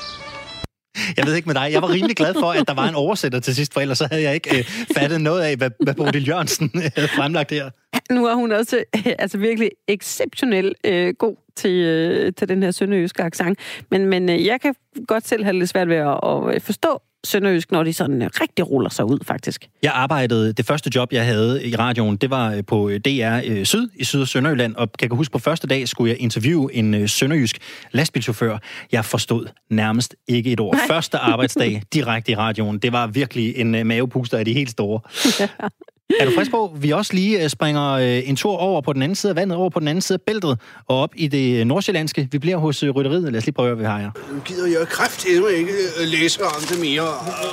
Jeg ved ikke med dig. Jeg var rimelig glad for, at der var en oversætter til sidst, for ellers så havde jeg ikke øh, fattet noget af, hvad, hvad Bodil Jørgensen havde fremlagt her. Nu er hun også øh, altså virkelig exceptionelt øh, god til, øh, til den her sønderjyske accent. Men, men øh, jeg kan godt selv have lidt svært ved at, at forstå sønderjysk, når de sådan øh, rigtig ruller sig ud, faktisk. Jeg arbejdede, det første job, jeg havde i radioen, det var på D R øh, Syd, i Syd- og Sønderjylland, og kan jeg huske, på første dag skulle jeg interviewe en øh, sønderjysk lastbilchauffør. Jeg forstod nærmest ikke et ord. Nej. Første arbejdsdag direkte i radioen, det var virkelig en øh, mavepuster af de helt store. Ja. Er du frisk på? Vi også lige springer en tur over på den anden side af vandet, over på den anden side af bæltet, og op i det nordsjællandske. Vi bliver hos rytteriet. Lad os lige prøve, hvad vi har her. Nu gider jeg kraftedeme ikke læse om det mere.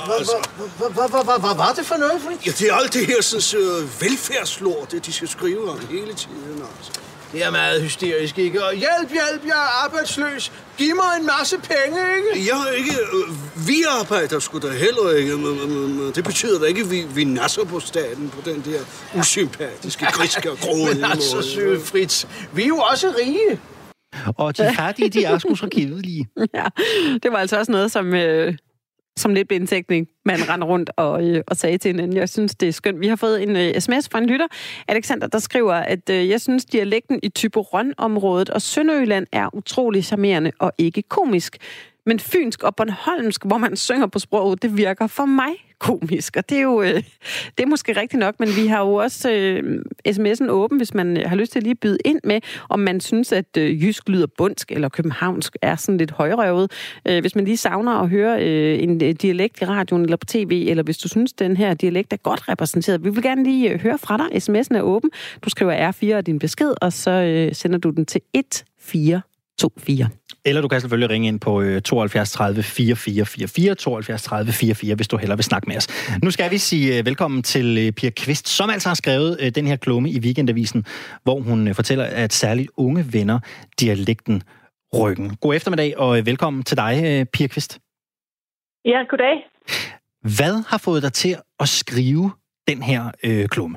Hvad var det for noget, Fritz? Ja, det er alt det her sådan, velfærdslort, det de skal skrive om hele tiden. Altså. Det er meget hysterisk, ikke? Og hjælp, hjælp, jeg er arbejdsløs. Giv mig en masse penge, ikke? Jeg er ikke... Vi arbejder sgu da heller ikke. Det betyder da ikke, at vi, vi nasser på staten på den der usympatiske, griske og grove måde. Men altså, søge Fritz, vi er jo også rige. Og de fattige, de er sgu så kedelige. Ja, det var altså også noget, som... Øh som lidt indtægning, man render rundt og, øh, og sagde til hinanden. Jeg synes, det er skønt. Vi har fået en øh, sms fra en lytter, Alexander, der skriver, at øh, jeg synes, dialekten i Thyborøn-området og Sønderjylland er utrolig charmerende og ikke komisk. Men fynsk og bornholmsk, hvor man synger på sproget, det virker for mig komisk. Og det er jo øh, det er måske rigtigt nok, men vi har jo også øh, sms'en åben, hvis man har lyst til at lige byde ind med, om man synes, at øh, jysk lyder bundsk eller københavnsk er sådan lidt højrøvet. Øh, hvis man lige savner at høre øh, en dialekt i radioen eller på tv, eller hvis du synes, den her dialekt er godt repræsenteret. Vi vil gerne lige øh, høre fra dig. sms'en er åben. Du skriver R fire af din besked, og så øh, sender du den til et fire to fire. Eller du kan selvfølgelig ringe ind på tooghalvfjerds tredive fireogfyrre fireogfyrre, tooghalvfjerds tredive fireogfyrre, hvis du hellere vil snakke med os. Nu skal vi sige velkommen til Pia Kvist, som altså har skrevet den her klumme i Weekendavisen, hvor hun fortæller, at særligt unge venner dialekten ryggen. God eftermiddag, og velkommen til dig, Pia Kvist. Ja, goddag. Hvad har fået dig til at skrive den her øh, klumme?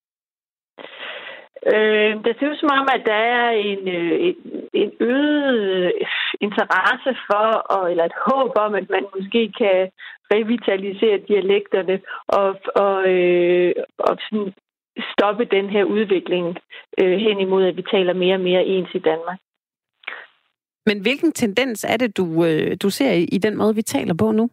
Øh, det ser ud som om, at der er en, en, en øget interesse for, og, eller et håb om, at man måske kan revitalisere dialekterne og, og, øh, og sådan stoppe den her udvikling øh, hen imod, at vi taler mere og mere ens i Danmark. Men hvilken tendens er det, du, øh, du ser i, i den måde, vi taler på nu?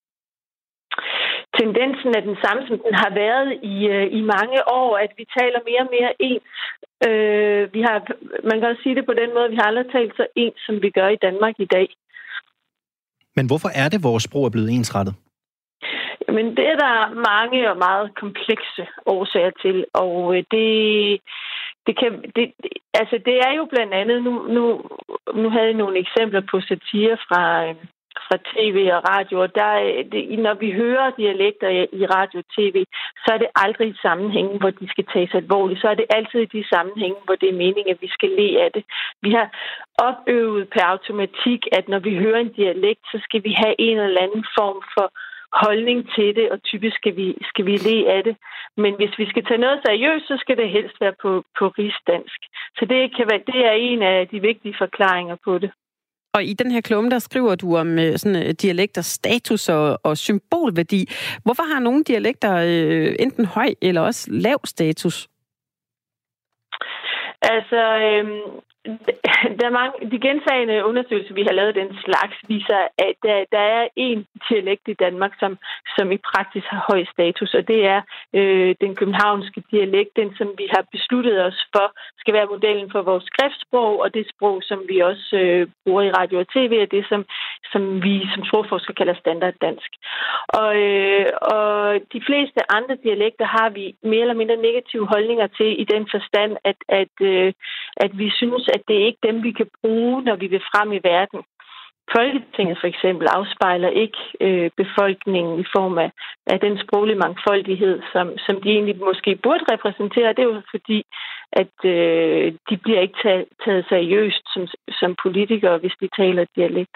Tendensen er den samme, som den har været i, øh, i mange år, at vi taler mere og mere ens. Øh, vi har, man kan også sige det på den måde, vi har aldrig talt så ens, som vi gør i Danmark i dag. Men hvorfor er det, vores sprog er blevet ensrettet? Jamen, det er der mange og meget komplekse årsager til, og det, det kan, det, altså det er jo blandt andet, nu, nu, nu havde jeg nogle eksempler på satire fra... fra tv og radio, og der, det, når vi hører dialekter i radio og tv, så er det aldrig i sammenhængen, hvor de skal tages alvorligt. Så er det altid i de sammenhænge, hvor det er meningen, at vi skal le af det. Vi har opøvet per automatik, at når vi hører en dialekt, så skal vi have en eller anden form for holdning til det, og typisk skal vi, skal vi le af det. Men hvis vi skal tage noget seriøst, så skal det helst være på, på rigsdansk. Så det, kan være, det er en af de vigtige forklaringer på det. Og i den her klumme, der skriver du om sådan dialekters status og, og symbolværdi. Hvorfor har nogle dialekter øh, enten høj eller også lav status? Altså, øh, der er mange, de gentagende undersøgelser, vi har lavet den slags, viser, at der, der er en dialekt i Danmark, som, som i praksis har høj status, og det er øh, den københavnske dialekt, den som vi har besluttet os for, skal være modellen for vores skriftsprog, og det sprog, som vi også øh, bruger i radio og tv, er det, som, som vi som sprogforskere kalder standarddansk. Og, øh, og de fleste andre dialekter har vi mere eller mindre negative holdninger til i den forstand, at, at, øh, at vi synes, at det er ikke dem, vi kan bruge, når vi vil frem i verden. Folketinget for eksempel afspejler ikke øh, befolkningen i form af, af den sproglige mangfoldighed, som, som de egentlig måske burde repræsentere. Det er jo fordi, at øh, de bliver ikke taget, taget seriøst som, som politikere, hvis de taler dialekt.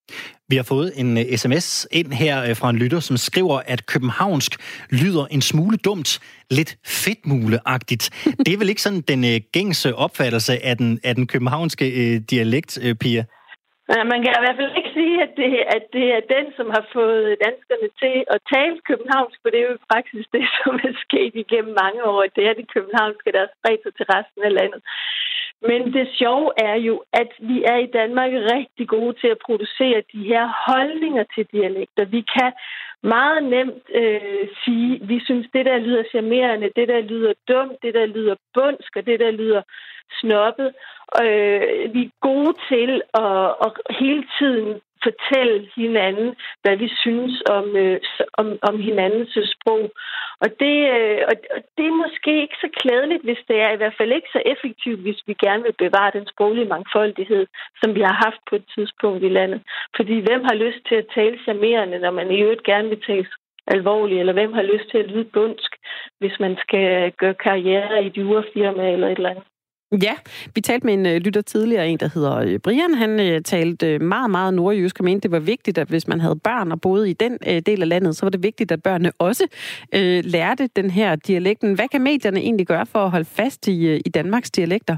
Vi har fået en uh, sms ind her uh, fra en lytter, som skriver, at københavnsk lyder en smule dumt, lidt fedtmuleagtigt. Det er vel ikke sådan den uh, gængse opfattelse af den, af den københavnske uh, dialekt, uh, Pia? Ja, man kan i hvert fald ikke sige, at det, at det er den, som har fået danskerne til at tale københavnsk, for det er jo i praksis det, som er sket igennem mange år. Det er det københavnske, der er spredt sig til resten af landet. Men det sjove er jo, at vi er i Danmark rigtig gode til at producere de her holdninger til dialekter. Vi kan meget nemt øh, sige, vi synes, det der lyder charmerende, det der lyder dumt, det der lyder bundsk, og det der lyder snobbet. Øh, vi er gode til at, at hele tiden fortælle hinanden, hvad vi synes om, øh, om, om hinandens sprog. Og det, øh, og det er måske ikke så klædeligt, hvis det er i hvert fald ikke så effektivt, hvis vi gerne vil bevare den sproglige mangfoldighed, som vi har haft på et tidspunkt i landet. Fordi hvem har lyst til at tale charmerende, når man i øvrigt gerne vil tale alvorligt, eller hvem har lyst til at lyde bundsk, hvis man skal gøre karriere i et jurafirma eller et eller andet. Ja, vi talte med en uh, lytter tidligere, en der hedder uh, Brian. Han uh, talte uh, meget, meget nordjysk og mente, det var vigtigt, at hvis man havde børn og boede i den uh, del af landet, så var det vigtigt, at børnene også uh, lærte den her dialekten. Hvad kan medierne egentlig gøre for at holde fast i, uh, i Danmarks dialekter?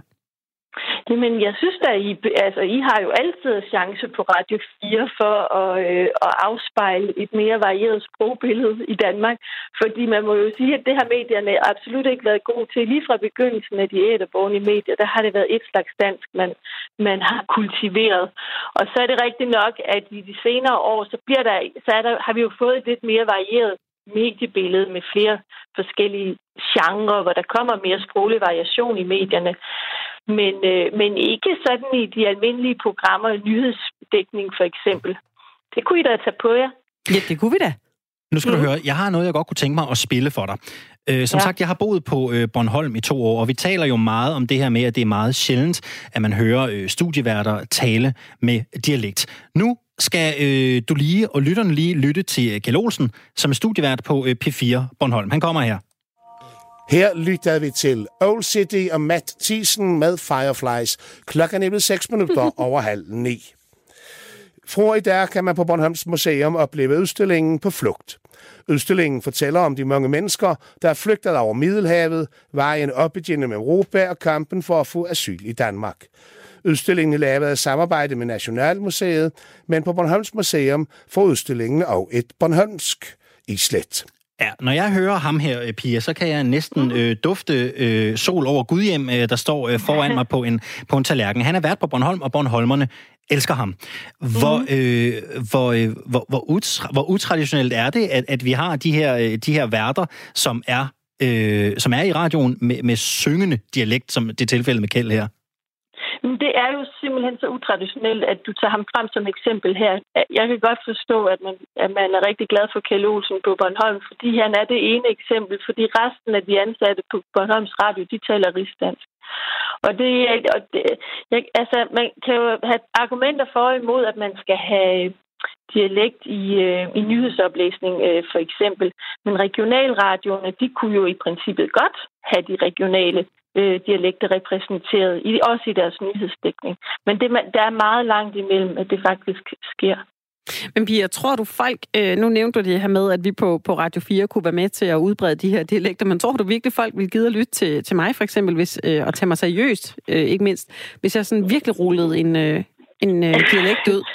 Jamen, jeg synes da, I, altså, I har jo altid chance på Radio fire for at, øh, at afspejle et mere varieret sprogbillede i Danmark. Fordi man må jo sige, at det har medierne absolut ikke været gode til. Lige fra begyndelsen af de æderborgne medier, der har det været et slags dansk, man, man har kultiveret. Og så er det rigtigt nok, at i de senere år, så, bliver der, så er der, har vi jo fået et lidt mere varieret mediebillede med flere forskellige genrer, hvor der kommer mere sproglig variation i medierne. Men, øh, men ikke sådan i de almindelige programmer, nyhedsdækning for eksempel. Det kunne I da tage på jer. Ja, det kunne vi da. Nu skal mm. du høre, jeg har noget, jeg godt kunne tænke mig at spille for dig. Øh, som ja. sagt, jeg har boet på øh, Bornholm i to år, og vi taler jo meget om det her med, at det er meget sjældent, at man hører øh, studieværter tale med dialekt. Nu skal øh, du lige, og lytterne lige, lytte til Kjeld Olsen, som er studievært på øh, P fire Bornholm. Han kommer her. Her lytter vi til Old City og Matt Thiesen med Fireflies. Klokken er blevet seks minutter over halv ni. Fra i dag kan man på Bornholms Museum opleve udstillingen På flugt. Udstillingen fortæller om de mange mennesker, der er flygtet over Middelhavet, vejen op igennem Europa og kampen for at få asyl i Danmark. Udstillingen er lavet af samarbejde med Nationalmuseet, men på Bornholms Museum får udstillingen og et bornholmsk islet. Ja, når jeg hører ham her, Pia, så kan jeg næsten øh, dufte øh, sol over Gudhjem, øh, der står øh, foran mig på en, på en tallerken. Han er vært på Bornholm, og bornholmerne elsker ham. Hvor, øh, hvor, øh, hvor, hvor, utra, hvor utraditionelt er det, at, at vi har de her, øh, de her værter, som er, øh, som er i radioen med, med syngende dialekt, som det tilfælde med Kjeld her? Det er jo simpelthen så utraditionelt, at du tager ham frem som eksempel her. Jeg kan godt forstå, at man, at man er rigtig glad for Kjeld Olsen på Bornholm, fordi han er det ene eksempel, fordi resten af de ansatte på Bornholms Radio, de taler rigsdansk. Og det, og det jeg, altså, man kan jo have argumenter for og imod, at man skal have dialekt i, øh, i nyhedsoplæsning øh, for eksempel. Men regionalradioerne, de kunne jo i princippet godt have de regionale øh, dialekter repræsenteret, i, også i deres nyhedsdækning. Men det, der er meget langt imellem, at det faktisk sker. Men Pia, tror du folk, øh, nu nævnte du det her med, at vi på, på Radio fire kunne være med til at udbrede de her dialekter, men tror du virkelig, folk vil gide at lytte til, til mig for eksempel, hvis, øh, og tage mig seriøst, øh, ikke mindst, hvis jeg sådan virkelig rullede en, øh, en øh, dialekt ud?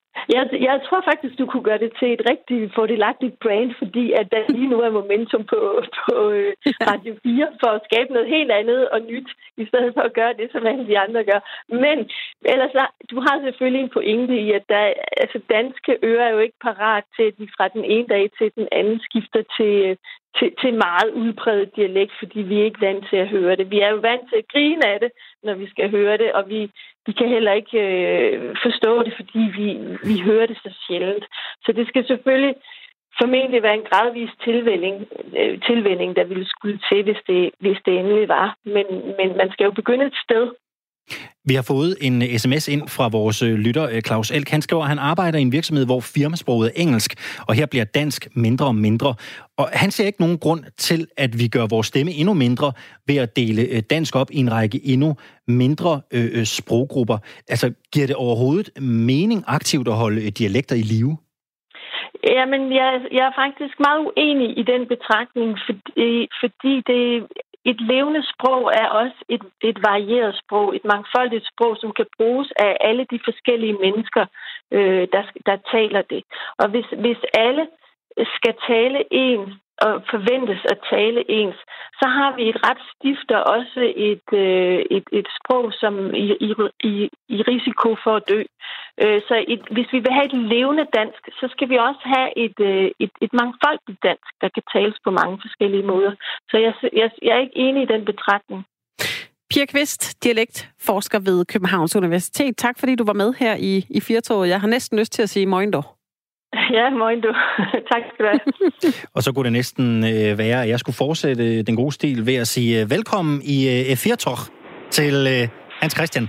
Jeg, jeg tror faktisk, du kunne gøre det til et rigtig fordelagtigt brand, fordi at der lige nu er momentum på, på øh, Radio fire for at skabe noget helt andet og nyt, i stedet for at gøre det, som alle de andre gør. Men ellers, du har selvfølgelig en pointe i, at der, altså, danske ører er jo ikke parat til, at de fra den ene dag til den anden skifter til, til, til meget udpræget dialekt, fordi vi er ikke vant til at høre det. Vi er jo vant til at grine af det, når vi skal høre det, og vi, vi kan heller ikke øh, forstå det, fordi vi, vi hører det så sjældent. Så det skal selvfølgelig formentlig være en gradvis tilvænning, øh, tilvænning der ville skulle til, hvis det, hvis det endelig var. Men, men man skal jo begynde et sted. Vi har fået en sms ind fra vores lytter, Claus Elk. Han skriver, at han arbejder i en virksomhed, hvor firmasproget er engelsk, og her bliver dansk mindre og mindre. Og han ser ikke nogen grund til, at vi gør vores stemme endnu mindre ved at dele dansk op i en række endnu mindre øh, sproggrupper. Altså, giver det overhovedet mening aktivt at holde dialekter i live? Jamen, jeg, jeg er faktisk meget uenig i den betragtning, fordi, fordi det et levende sprog er også et, et varieret sprog, et mangfoldigt sprog, som kan bruges af alle de forskellige mennesker, øh, der, der taler det. Og hvis, hvis alle skal tale ens og forventes at tale ens, så har vi et ret stift og også et, øh, et, et sprog, som i, i, i risiko for at dø. Øh, så et, hvis vi vil have et levende dansk, så skal vi også have et, øh, et, et mangfoldigt dansk, der kan tales på mange forskellige måder. Så jeg, jeg, jeg er ikke enig i den betragtning. Pia Kvist, dialektforsker ved Københavns Universitet. Tak fordi du var med her i, i Firtoget. Jeg har næsten lyst til at sige morgen dog. Ja, morgen du. Tak skal du have. Og så kunne det næsten øh, være, at jeg skulle fortsætte den gode stil ved at sige øh, velkommen i øh, Firtog til øh, Hans Christian.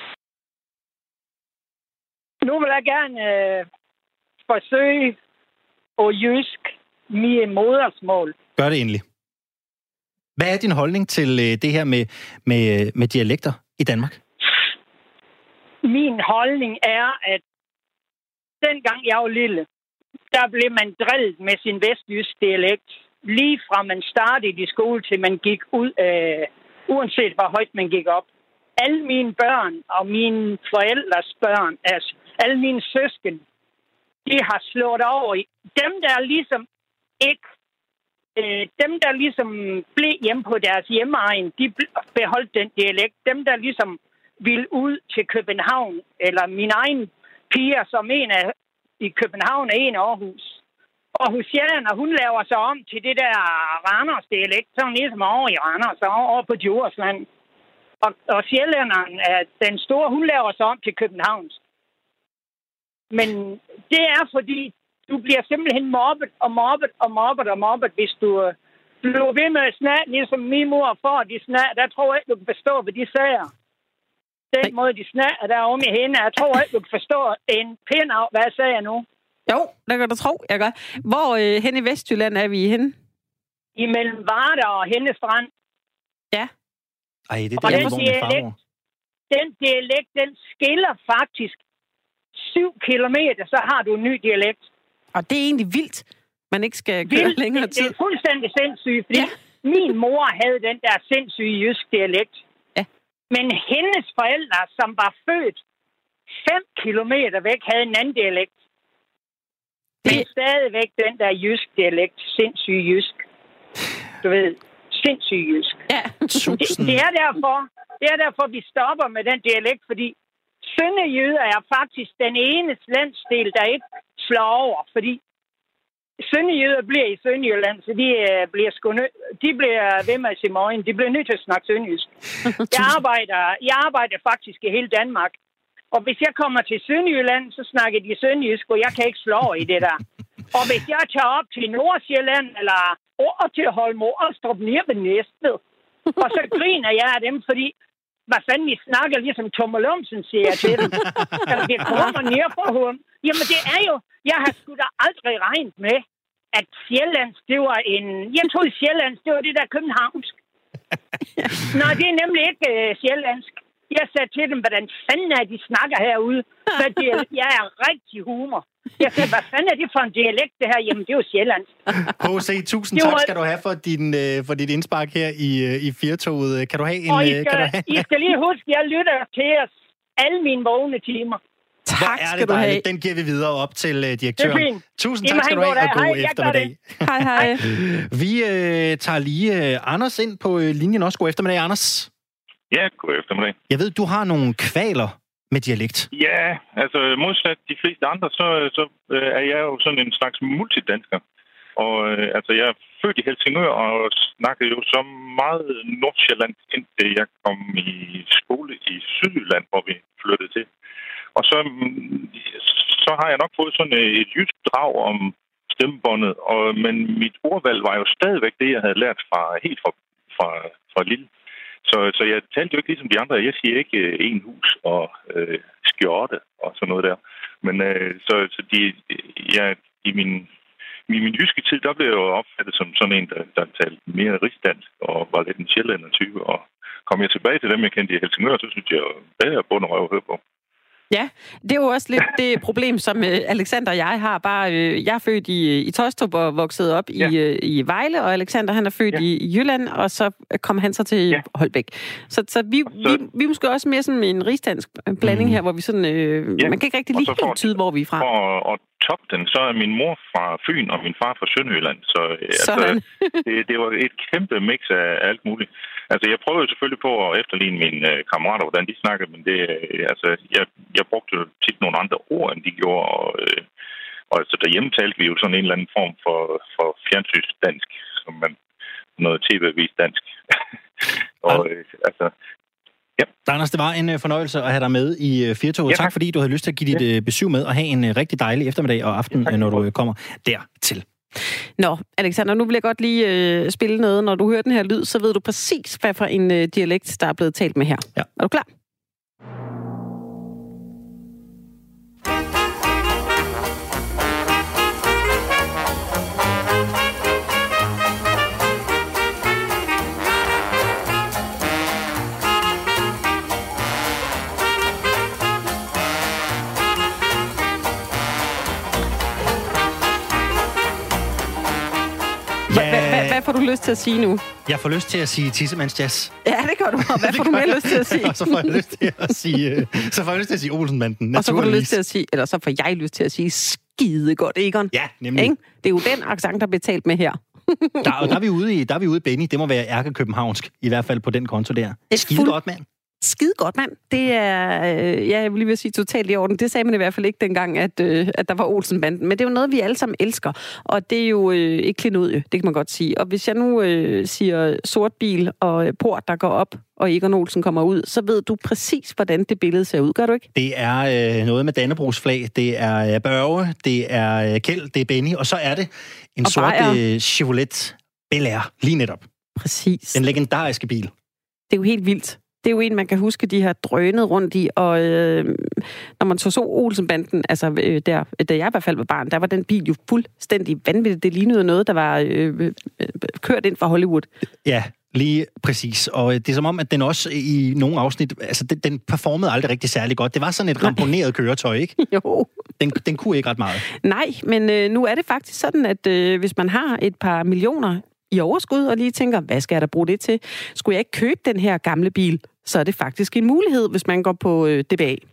Nu vil jeg gerne øh, forsøge at jysk mit modersmål. Gør det endelig. Hvad er din holdning til øh, det her med, med, med dialekter i Danmark? Min holdning er, at dengang jeg var lille, der blev man drillet med sin vestjysk dialekt. Lige fra man startede i skole, til man gik ud, øh, uanset hvor højt man gik op. Alle mine børn og mine forældres børn, altså alle mine søsken, de har slået over i. Dem, der ligesom ikke, øh, dem, der ligesom blev hjemme på deres hjemmeegn, de beholdt den dialekt. Dem, der ligesom ville ud til København, eller min egen piger, som en af i København og en af Aarhus. Og hos Sjælland, hun laver sig om til det der Randers dialekt, så hun ligesom over i Randers og over på Djursland. Og, og Sjællanderen, den store, hun laver sig om til Københavns. Men det er fordi, du bliver simpelthen mobbet og mobbet og mobbet og mobbet, hvis du bliver ved med at snakke, ligesom min mor får de snakker. Der tror jeg ikke, du kan forstå, hvad de siger. Den måde, de snakker der om i hende. Jeg tror ikke, du kan forstå en pind af, hvad jeg siger nu. Jo, det kan du tro, jeg gør. Hvor øh, hen i Vestjylland er vi henne? Imellem Varder og Hennestrand. Ja. Ej, det er og der, den hvor min dialekt, den dialekt, den skiller faktisk syv kilometer, så har du en ny dialekt. Og det er egentlig vildt, man ikke skal køre vildt. længere tid. Det er fuldstændig sindssygt, fordi ja. Min mor havde den der sindssyge jysk dialekt. Men hendes forældre, som var født fem kilometer væk, havde en anden dialekt. Det er stadigvæk den der jysk dialekt. Sindssyg jysk. Du ved, sindssyg jysk. Ja. Det, det, er derfor, det er derfor, vi stopper med den dialekt, fordi sønderjyder er faktisk den eneste landsdel, der ikke slår over. Fordi sønderjyder bliver i Sønderjylland, så de uh, bliver sgu nø- de bliver ved med at sige morgen. De bliver nødt til at snakke sønderjysk. Jeg arbejder, jeg arbejder faktisk i hele Danmark. Og hvis jeg kommer til Sønderjylland, så snakker de sønderjysk, og jeg kan ikke slå over i det der. Og hvis jeg tager op til Nordsjælland, eller over til Holme Åstrup nede ved Næstved, og så griner jeg af dem, fordi hvad fanden, I snakker ligesom Tommelumsen, siger jeg til dem. Altså, det kommer ned fra ham. Jamen, det er jo... Jeg har sgu da aldrig regnet med, at Sjællands, det var en... Jeg troede, Sjællands, det var det der københavnsk. Nej, det er nemlig ikke uh, sjællandsk. Jeg sagde til dem, hvordan fanden er de snakker herude? Så det, jeg er rigtig humor. Jeg sagde, hvad fanden er det for en dialekt, det her? Jamen, det er jo sjællandsk. K C, tusind tak skal du have for, din, for dit indspark her i, i Firtoget. Kan du have en... Og I skal, kan du have... I skal lige huske, jeg lytter til os alle mine vågne timer. Tak Hvor er skal det du dejligt. have. Den giver vi videre op til uh, direktøren. Det er fint. Tusind I tak må skal du have en have, god og dag. god Hej, jeg eftermiddag. Hej, hej. Vi øh, tager lige øh, Anders ind på øh, linjen også. God eftermiddag, Anders. Ja, god eftermiddag. Jeg ved, du har nogle kvaler med dialekt. Ja, altså modsat de fleste andre, så, så øh, er jeg jo sådan en slags multidansker. Og øh, altså, jeg er født i Helsingør og snakkede jo så meget Nordsjælland, indtil jeg kom i skole i Sydjylland, hvor vi flyttede til. Og så, så har jeg nok fået sådan et jysk drag om stemmebåndet, og, men mit ordvalg var jo stadigvæk det, jeg havde lært fra helt fra, fra, fra lille. Så, så jeg talte jo ikke ligesom de andre. Jeg siger ikke øh, en hus og øh, skjorte og sådan noget der. Men øh, så, så de, jeg, i min, i min jyske tid, der blev jeg jo opfattet som sådan en, der, der talte mere rigsdansk og var lidt en sjællænder-type. Og kom jeg tilbage til dem, jeg kendte i Helsingør, så synes jeg, det er bund og røv at høre på. Ja, det er jo også lidt det problem, som øh, Alexander og jeg har. Bare, øh, jeg er født i, i Taastrup og vokset op ja. i, øh, i Vejle, og Alexander han er født ja. i, i Jylland, og så kom han så til ja. Holbæk. Så, så, vi, så vi, vi er måske også mere sådan en rigsdansk blanding mm. her, hvor vi sådan... Øh, ja. Man kan ikke rigtig lige helt tyde, hvor vi er fra. Og, og top den, så er min mor fra Fyn, og min far fra Sønderjylland. Så altså, det, det var et kæmpe mix af alt muligt. Altså, jeg prøvede selvfølgelig på at efterligne mine øh, kammerater, hvordan de snakkede, men det, øh, altså, jeg, jeg brugte jo tit nogle andre ord, end de gjorde, og, øh, og altså, derhjemme talte vi jo sådan en eller anden form for, for fjernsynsdansk, som man, noget tv-vis dansk. og øh, altså... Ja. Anders, det var en uh, fornøjelse at have dig med i uh, Firtoget. Ja, tak. tak fordi du havde lyst til at give dit uh, besøg med, og have en uh, rigtig dejlig eftermiddag og aften, ja, når du uh, kommer dertil. Nå, Alexander, nu vil jeg godt lige øh, spille noget. Når du hører den her lyd, så ved du præcis, hvad for en øh, dialekt, der er blevet talt med her. Ja. Er du klar? Hvad får du lyst til at sige nu? Jeg får lyst til at sige tissemandsjazz. Ja, det gør du. Og hvad får du mere lyst til at sige? Og så får jeg lyst til at sige, så får jeg lyst til at sige Olsenbanden. Og så får du lyst til at sige, eller så får jeg lyst til at sige skide godt, Egon. Ja, nemlig. Ikke? Det er jo den accent, der bliver talt med her. der, der er vi ude i, der er vi ude i Benny. Det må være ærkekøbenhavnsk, i hvert fald på den konto der. Skide fuld... godt, mand. Skide godt, mand. Det er, øh, ja, jeg vil lige vil sige totalt i orden. Det sagde man i hvert fald ikke dengang, at, øh, at der var Olsenbanden. Men det er jo noget, vi alle sammen elsker. Og det er jo øh, ikke klenodie, det kan man godt sige. Og hvis jeg nu øh, siger sort bil og øh, port, der går op, og Egon Olsen kommer ud, så ved du præcis, hvordan det billede ser ud. Gør du ikke? Det er øh, noget med Dannebrogs flag. Det er øh, Børge, det er øh, Kjeld, det er Benny, og så er det en og sort øh, Chevrolet Bel Air, lige netop. Præcis. Den legendariske bil. Det er jo helt vildt. Det er jo en, man kan huske, de har drønet rundt i, og øh, når man så så Olsenbanden, altså øh, der, da jeg i hvert fald var barn, der var den bil jo fuldstændig vanvittigt. Det lignede noget, der var øh, øh, kørt ind fra Hollywood. Ja, lige præcis. Og det er som om, at den også i nogle afsnit, altså den, den performede aldrig rigtig særlig godt. Det var sådan et ramponeret køretøj, ikke? Jo. Den, den kunne ikke ret meget. Nej, men øh, nu er det faktisk sådan, at øh, hvis man har et par millioner i overskud, og lige tænker, hvad skal jeg da bruge det til? Skulle jeg ikke købe den her gamle bil? Så er det faktisk en mulighed, hvis man går på øh, D B A.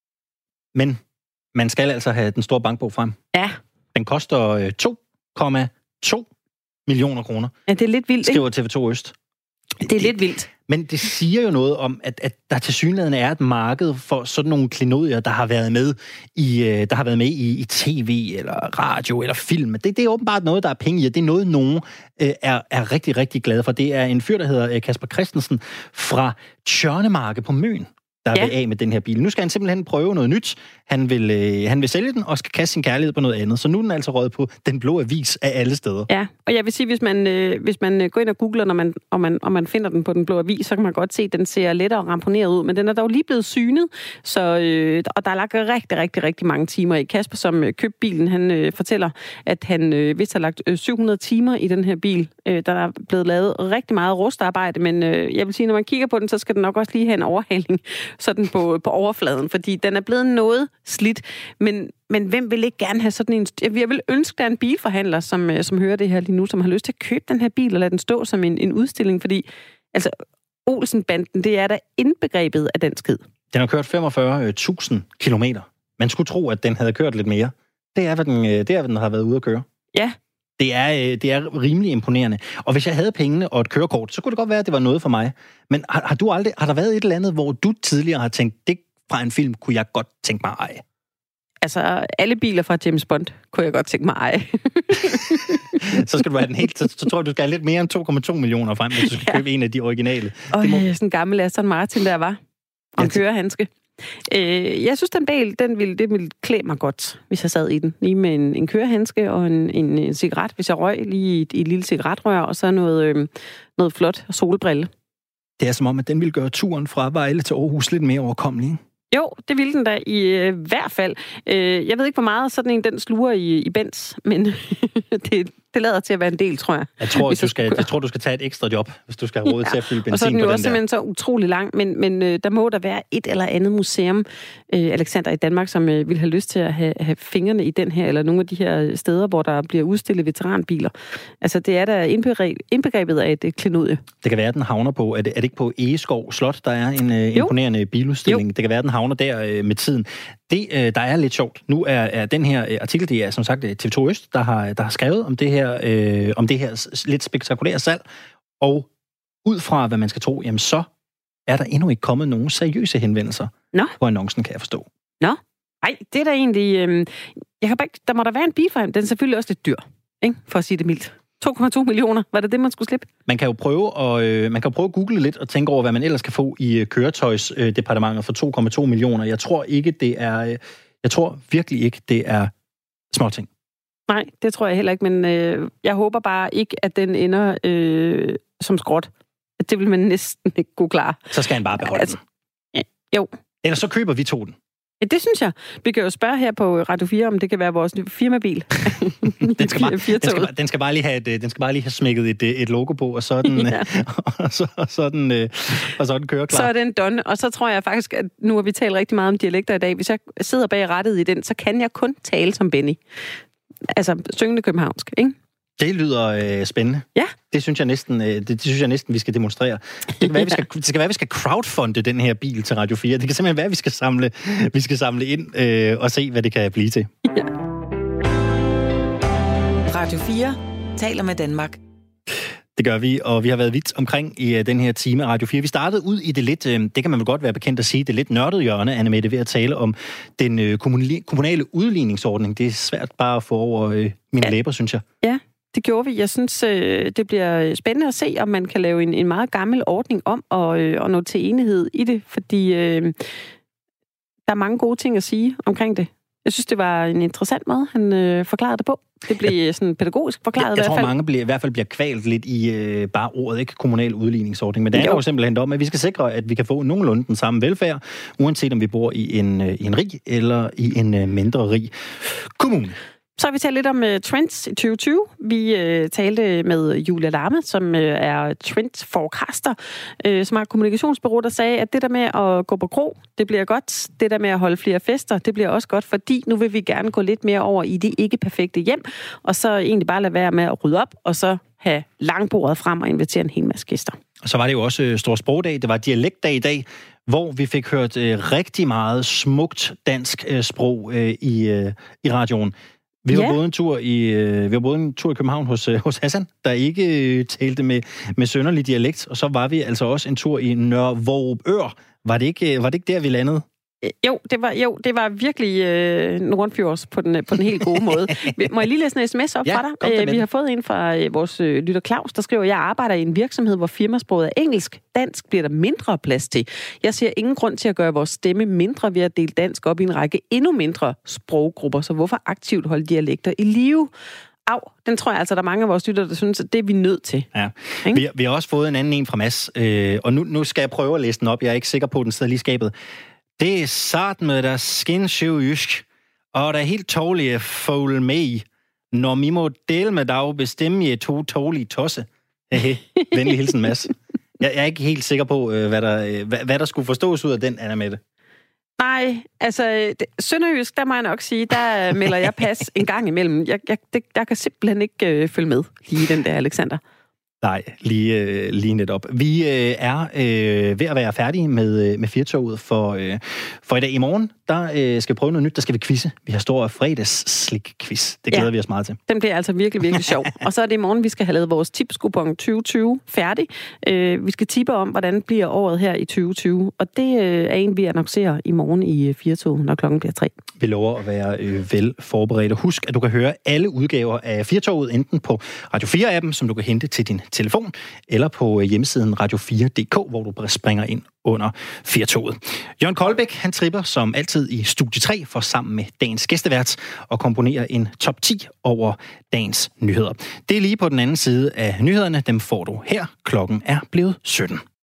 Men man skal altså have den store bankbog frem. Ja. Den koster øh, to komma to millioner kroner. Ja, det er lidt vildt, skriver T V to Øst. Det er det, lidt vildt. Men det siger jo noget om, at, at der tilsyneladende er et marked for sådan nogle klenodier, der har været med i, der har været med i, i tv, eller radio, eller film. Det, det er åbenbart noget, der er penge i, og det er noget, nogen øh, er, er rigtig, rigtig glade for. Det er en fyr, der hedder Kasper Christensen fra Tjørnemarke på Møn, der ja. vil af med den her bil. Nu skal han simpelthen prøve noget nyt. Han vil, øh, han vil sælge den og skal kaste sin kærlighed på noget andet. Så nu er den altså røget på Den Blå Avis af alle steder. Ja, og jeg vil sige, hvis man, øh, hvis man går ind og googler, når man, og, man, og man finder den på Den Blå Avis, så kan man godt se, at den ser lettere og ramponeret ud. Men den er dog lige blevet synet, så, øh, og der er lagt rigtig, rigtig, rigtig mange timer i. Kasper, som øh, købte bilen, han øh, fortæller, at han øh, vist har lagt øh, syv hundrede timer i den her bil. Øh, der er blevet lavet rigtig meget rustarbejde, men øh, jeg vil sige, når man kigger på den, så skal den nok også lige have en overhaling, sådan på, på overfladen, fordi den er blevet noget slidt. Men, men hvem vil ikke gerne have sådan en... Jeg vil ønske, der er en bilforhandler, som, som hører det her lige nu, som har lyst til at købe den her bil og lade den stå som en, en udstilling, fordi altså, Olsenbanden, det er da indbegrebet af danskhed. Den har kørt femogfyrre tusind kilometer, Man skulle tro, at den havde kørt lidt mere. Det er, hvad den, det er, hvad den har været ude at køre. Ja. Det er, det er rimelig imponerende. Og hvis jeg havde pengene og et kørekort, så kunne det godt være, at det var noget for mig. Men har, har du aldrig, har der været et eller andet, hvor du tidligere har tænkt, det fra en film kunne jeg godt tænke mig at eje? Altså, alle biler fra James Bond kunne jeg godt tænke mig at eje. Så skal du have den helt, så, så tror jeg, du skal have lidt mere end to komma to millioner frem, hvis du skal ja. købe en af de originale. Og må... sådan en gammel Aston Martin der var. Om kørehandske. Øh, jeg synes, den bil, den ville, det ville klæde mig godt, hvis jeg sad i den. Lige med en, en kørehandske og en, en, en cigaret, hvis jeg røg lige i et, et lille cigaretrør, og så noget, øh, noget flot solbrille. Det er som om, at den ville gøre turen fra Vejle til Aarhus lidt mere overkommelig. Jo, det ville den da i øh, hvert fald. Øh, jeg ved ikke, hvor meget sådan en den sluger i, i Benz, men det, det lader til at være en del, tror jeg. Jeg tror, du skal, jeg tror, du skal tage et ekstra job, hvis du skal have råd ja. til at fylde benzin på den der. Og så er den jo også simpelthen så utrolig lang, men, men øh, der må der være et eller andet museum, øh, Alexander, i Danmark, som øh, vil have lyst til at have, have fingrene i den her, eller nogle af de her steder, hvor der bliver udstillet veteranbiler. Altså, det er da indbegreb, indbegrebet af et klenodie. Det kan være, at den havner på, er det, er det ikke på Egeskov Slot, der er en øh, imponerende biludstilling? Jo. Det kan være, at den havner der øh, med tiden. Det, øh, der er lidt sjovt. Nu er, er den her øh, artikel, det er som sagt T V to Øst, der har, der har skrevet om det her, øh, om det her lidt spektakulære salg, og ud fra, hvad man skal tro, jamen så er der endnu ikke kommet nogen seriøse henvendelser Nå. på annoncen, kan jeg forstå. Nå, ej, det er da egentlig... Øh, jeg kan bare, der må der være en bil for ham. Den er selvfølgelig også lidt dyr, ikke? For at sige det mildt. to komma to millioner, var det det, man skulle slippe? Man kan jo prøve at, øh, man kan jo prøve at google lidt og tænke over, hvad man ellers kan få i øh, køretøjsdepartementet for to komma to millioner. Jeg tror ikke, det er... Øh, jeg tror virkelig ikke, det er småting. Nej, det tror jeg heller ikke, men øh, jeg håber bare ikke, at den ender øh, som skrot. Det vil man næsten ikke kunne klare. Så skal han bare beholde altså, den. Ja, jo. Ellers så køber vi to den. Ja, det synes jeg. Vi kan jo spørge her på Radio fire, om det kan være vores firmabil. den, skal bare, den, skal bare, den skal bare lige have et, den skal bare lige have smækket et, et logo på, og så er den, ja. og så, og så er den, og så er den køreklar. Så er den done, og så tror jeg faktisk, at nu har vi talt rigtig meget om dialekter i dag. Hvis jeg sidder bag rattet i den, så kan jeg kun tale som Benny. Altså, syngende københavnsk, ikke? Det lyder øh, spændende. Ja. Det synes jeg næsten, øh, det, det synes jeg næsten vi skal demonstrere. Det kan være, vi skal, det skal være, vi skal crowdfunde den her bil til Radio fire. Det kan simpelthen være, vi skal samle, vi skal samle ind øh, og se, hvad det kan blive til. Ja. Radio fire taler med Danmark. Det gør vi, og vi har været vidt omkring i uh, den her time Radio fire. Vi startede ud i det lidt, uh, det kan man vel godt være bekendt at sige, det lidt nørdede hjørne, Anne-Mette, ved at tale om den uh, kommunale udligningsordning. Det er svært bare at få over uh, mine ja. læber, synes jeg. Ja, det gjorde vi. Jeg synes, uh, det bliver spændende at se, om man kan lave en, en meget gammel ordning om og, uh, og nå til enighed i det, fordi uh, der er mange gode ting at sige omkring det. Jeg synes, det var en interessant måde, han øh, forklarede det på. Det blev sådan pædagogisk forklaret jeg, i hvert fald. Jeg tror, mange bliver, i hvert fald bliver kvalt lidt i øh, bare ordet, ikke kommunal udligningsordning. Men det er jo simpelthen om, at vi skal sikre, at vi kan få nogenlunde den samme velfærd, uanset om vi bor i en, øh, en rig eller i en øh, mindre rig kommune. Så har vi talt lidt om uh, trends i tyve tyve. Vi uh, talte med Julia Larme, som uh, er trend forecaster, uh, som har et kommunikationsbureau, der sagde, at det der med at gå på kro, det bliver godt. Det der med at holde flere fester, det bliver også godt, fordi nu vil vi gerne gå lidt mere over i det ikke perfekte hjem, og så egentlig bare lade være med at rydde op, og så have langbordet frem og invitere en hel masse gæster. Og så var det jo også uh, Stor Sprogdag. Det var dialektdag i dag, hvor vi fik hørt uh, rigtig meget smukt dansk uh, sprog uh, i, uh, i radioen. Vi var, ja. både en tur i, øh, vi var både en tur i København hos, øh, hos Hassan, der ikke øh, talte med, med sønderlig dialekt, og så var vi altså også en tur i Nørre Vorupør. Var det ikke, var det ikke der, vi landede? Jo, det var, jo, det var virkelig øh, Nordfjords på den, på den helt gode måde. Må jeg lige læse en sms op ja, fra dig? Æ, vi har fået en fra øh, vores øh, lytter Claus, der skriver, jeg arbejder i en virksomhed, hvor firmasproget er engelsk. Dansk bliver der mindre plads til. Jeg ser ingen grund til at gøre vores stemme mindre ved at dele dansk op i en række endnu mindre sproggrupper. Så hvorfor aktivt holde dialekter i live? Au, den tror jeg altså, der er mange af vores lyttere, der synes, at det er vi nødt til. Ja. Vi, vi har også fået en anden en fra Mads, øh, og nu, nu skal jeg prøve at læse den op. Jeg er ikke sikker på, at den sidder lige i skabet. Det er sat med der skindsjøjysk, og der er helt tålige følge med, når vi må dele med dig bestemme je to tålige tosse. Hehe, venlig hilsen, Mads. Jeg er ikke helt sikker på, hvad der, hvad, hvad der skulle forstås ud af den, Anne-Mette. Nej, altså, sønderjysk, der må jeg nok sige, der melder jeg pas en gang imellem. Jeg, jeg, det, jeg kan simpelthen ikke øh, følge med lige i den der, Alexander. Nej, lige, øh, lige netop. Vi øh, er øh, ved at være færdige med, med Firtoget for, øh, for i dag. I morgen, der øh, skal vi prøve noget nyt. Der skal vi quizze. Vi har stor fredags-slik-quiz. Det glæder ja, vi os meget til. Den bliver altså virkelig, virkelig sjov. Og så er det i morgen, vi skal have lavet vores tipskupon tyve tyve færdig. Øh, vi skal tippe om, hvordan bliver året her i tyve tyve. Og det øh, er en, vi annoncerer i morgen i Firtoget, når klokken bliver tre. Vi lover at være øh, vel forberedt. Husk, at du kan høre alle udgaver af Firtoget, enten på Radio fire-appen, som du kan hente til din telefon, eller på hjemmesiden radio fire punktum d k, hvor du springer ind under Firtoget. Jørgen Koldbæk, han tripper som altid i studie tre for sammen med dagens gæstevært og komponerer en top ti over dagens nyheder. Det er lige på den anden side af nyhederne. Dem får du her. Klokken er blevet sytten.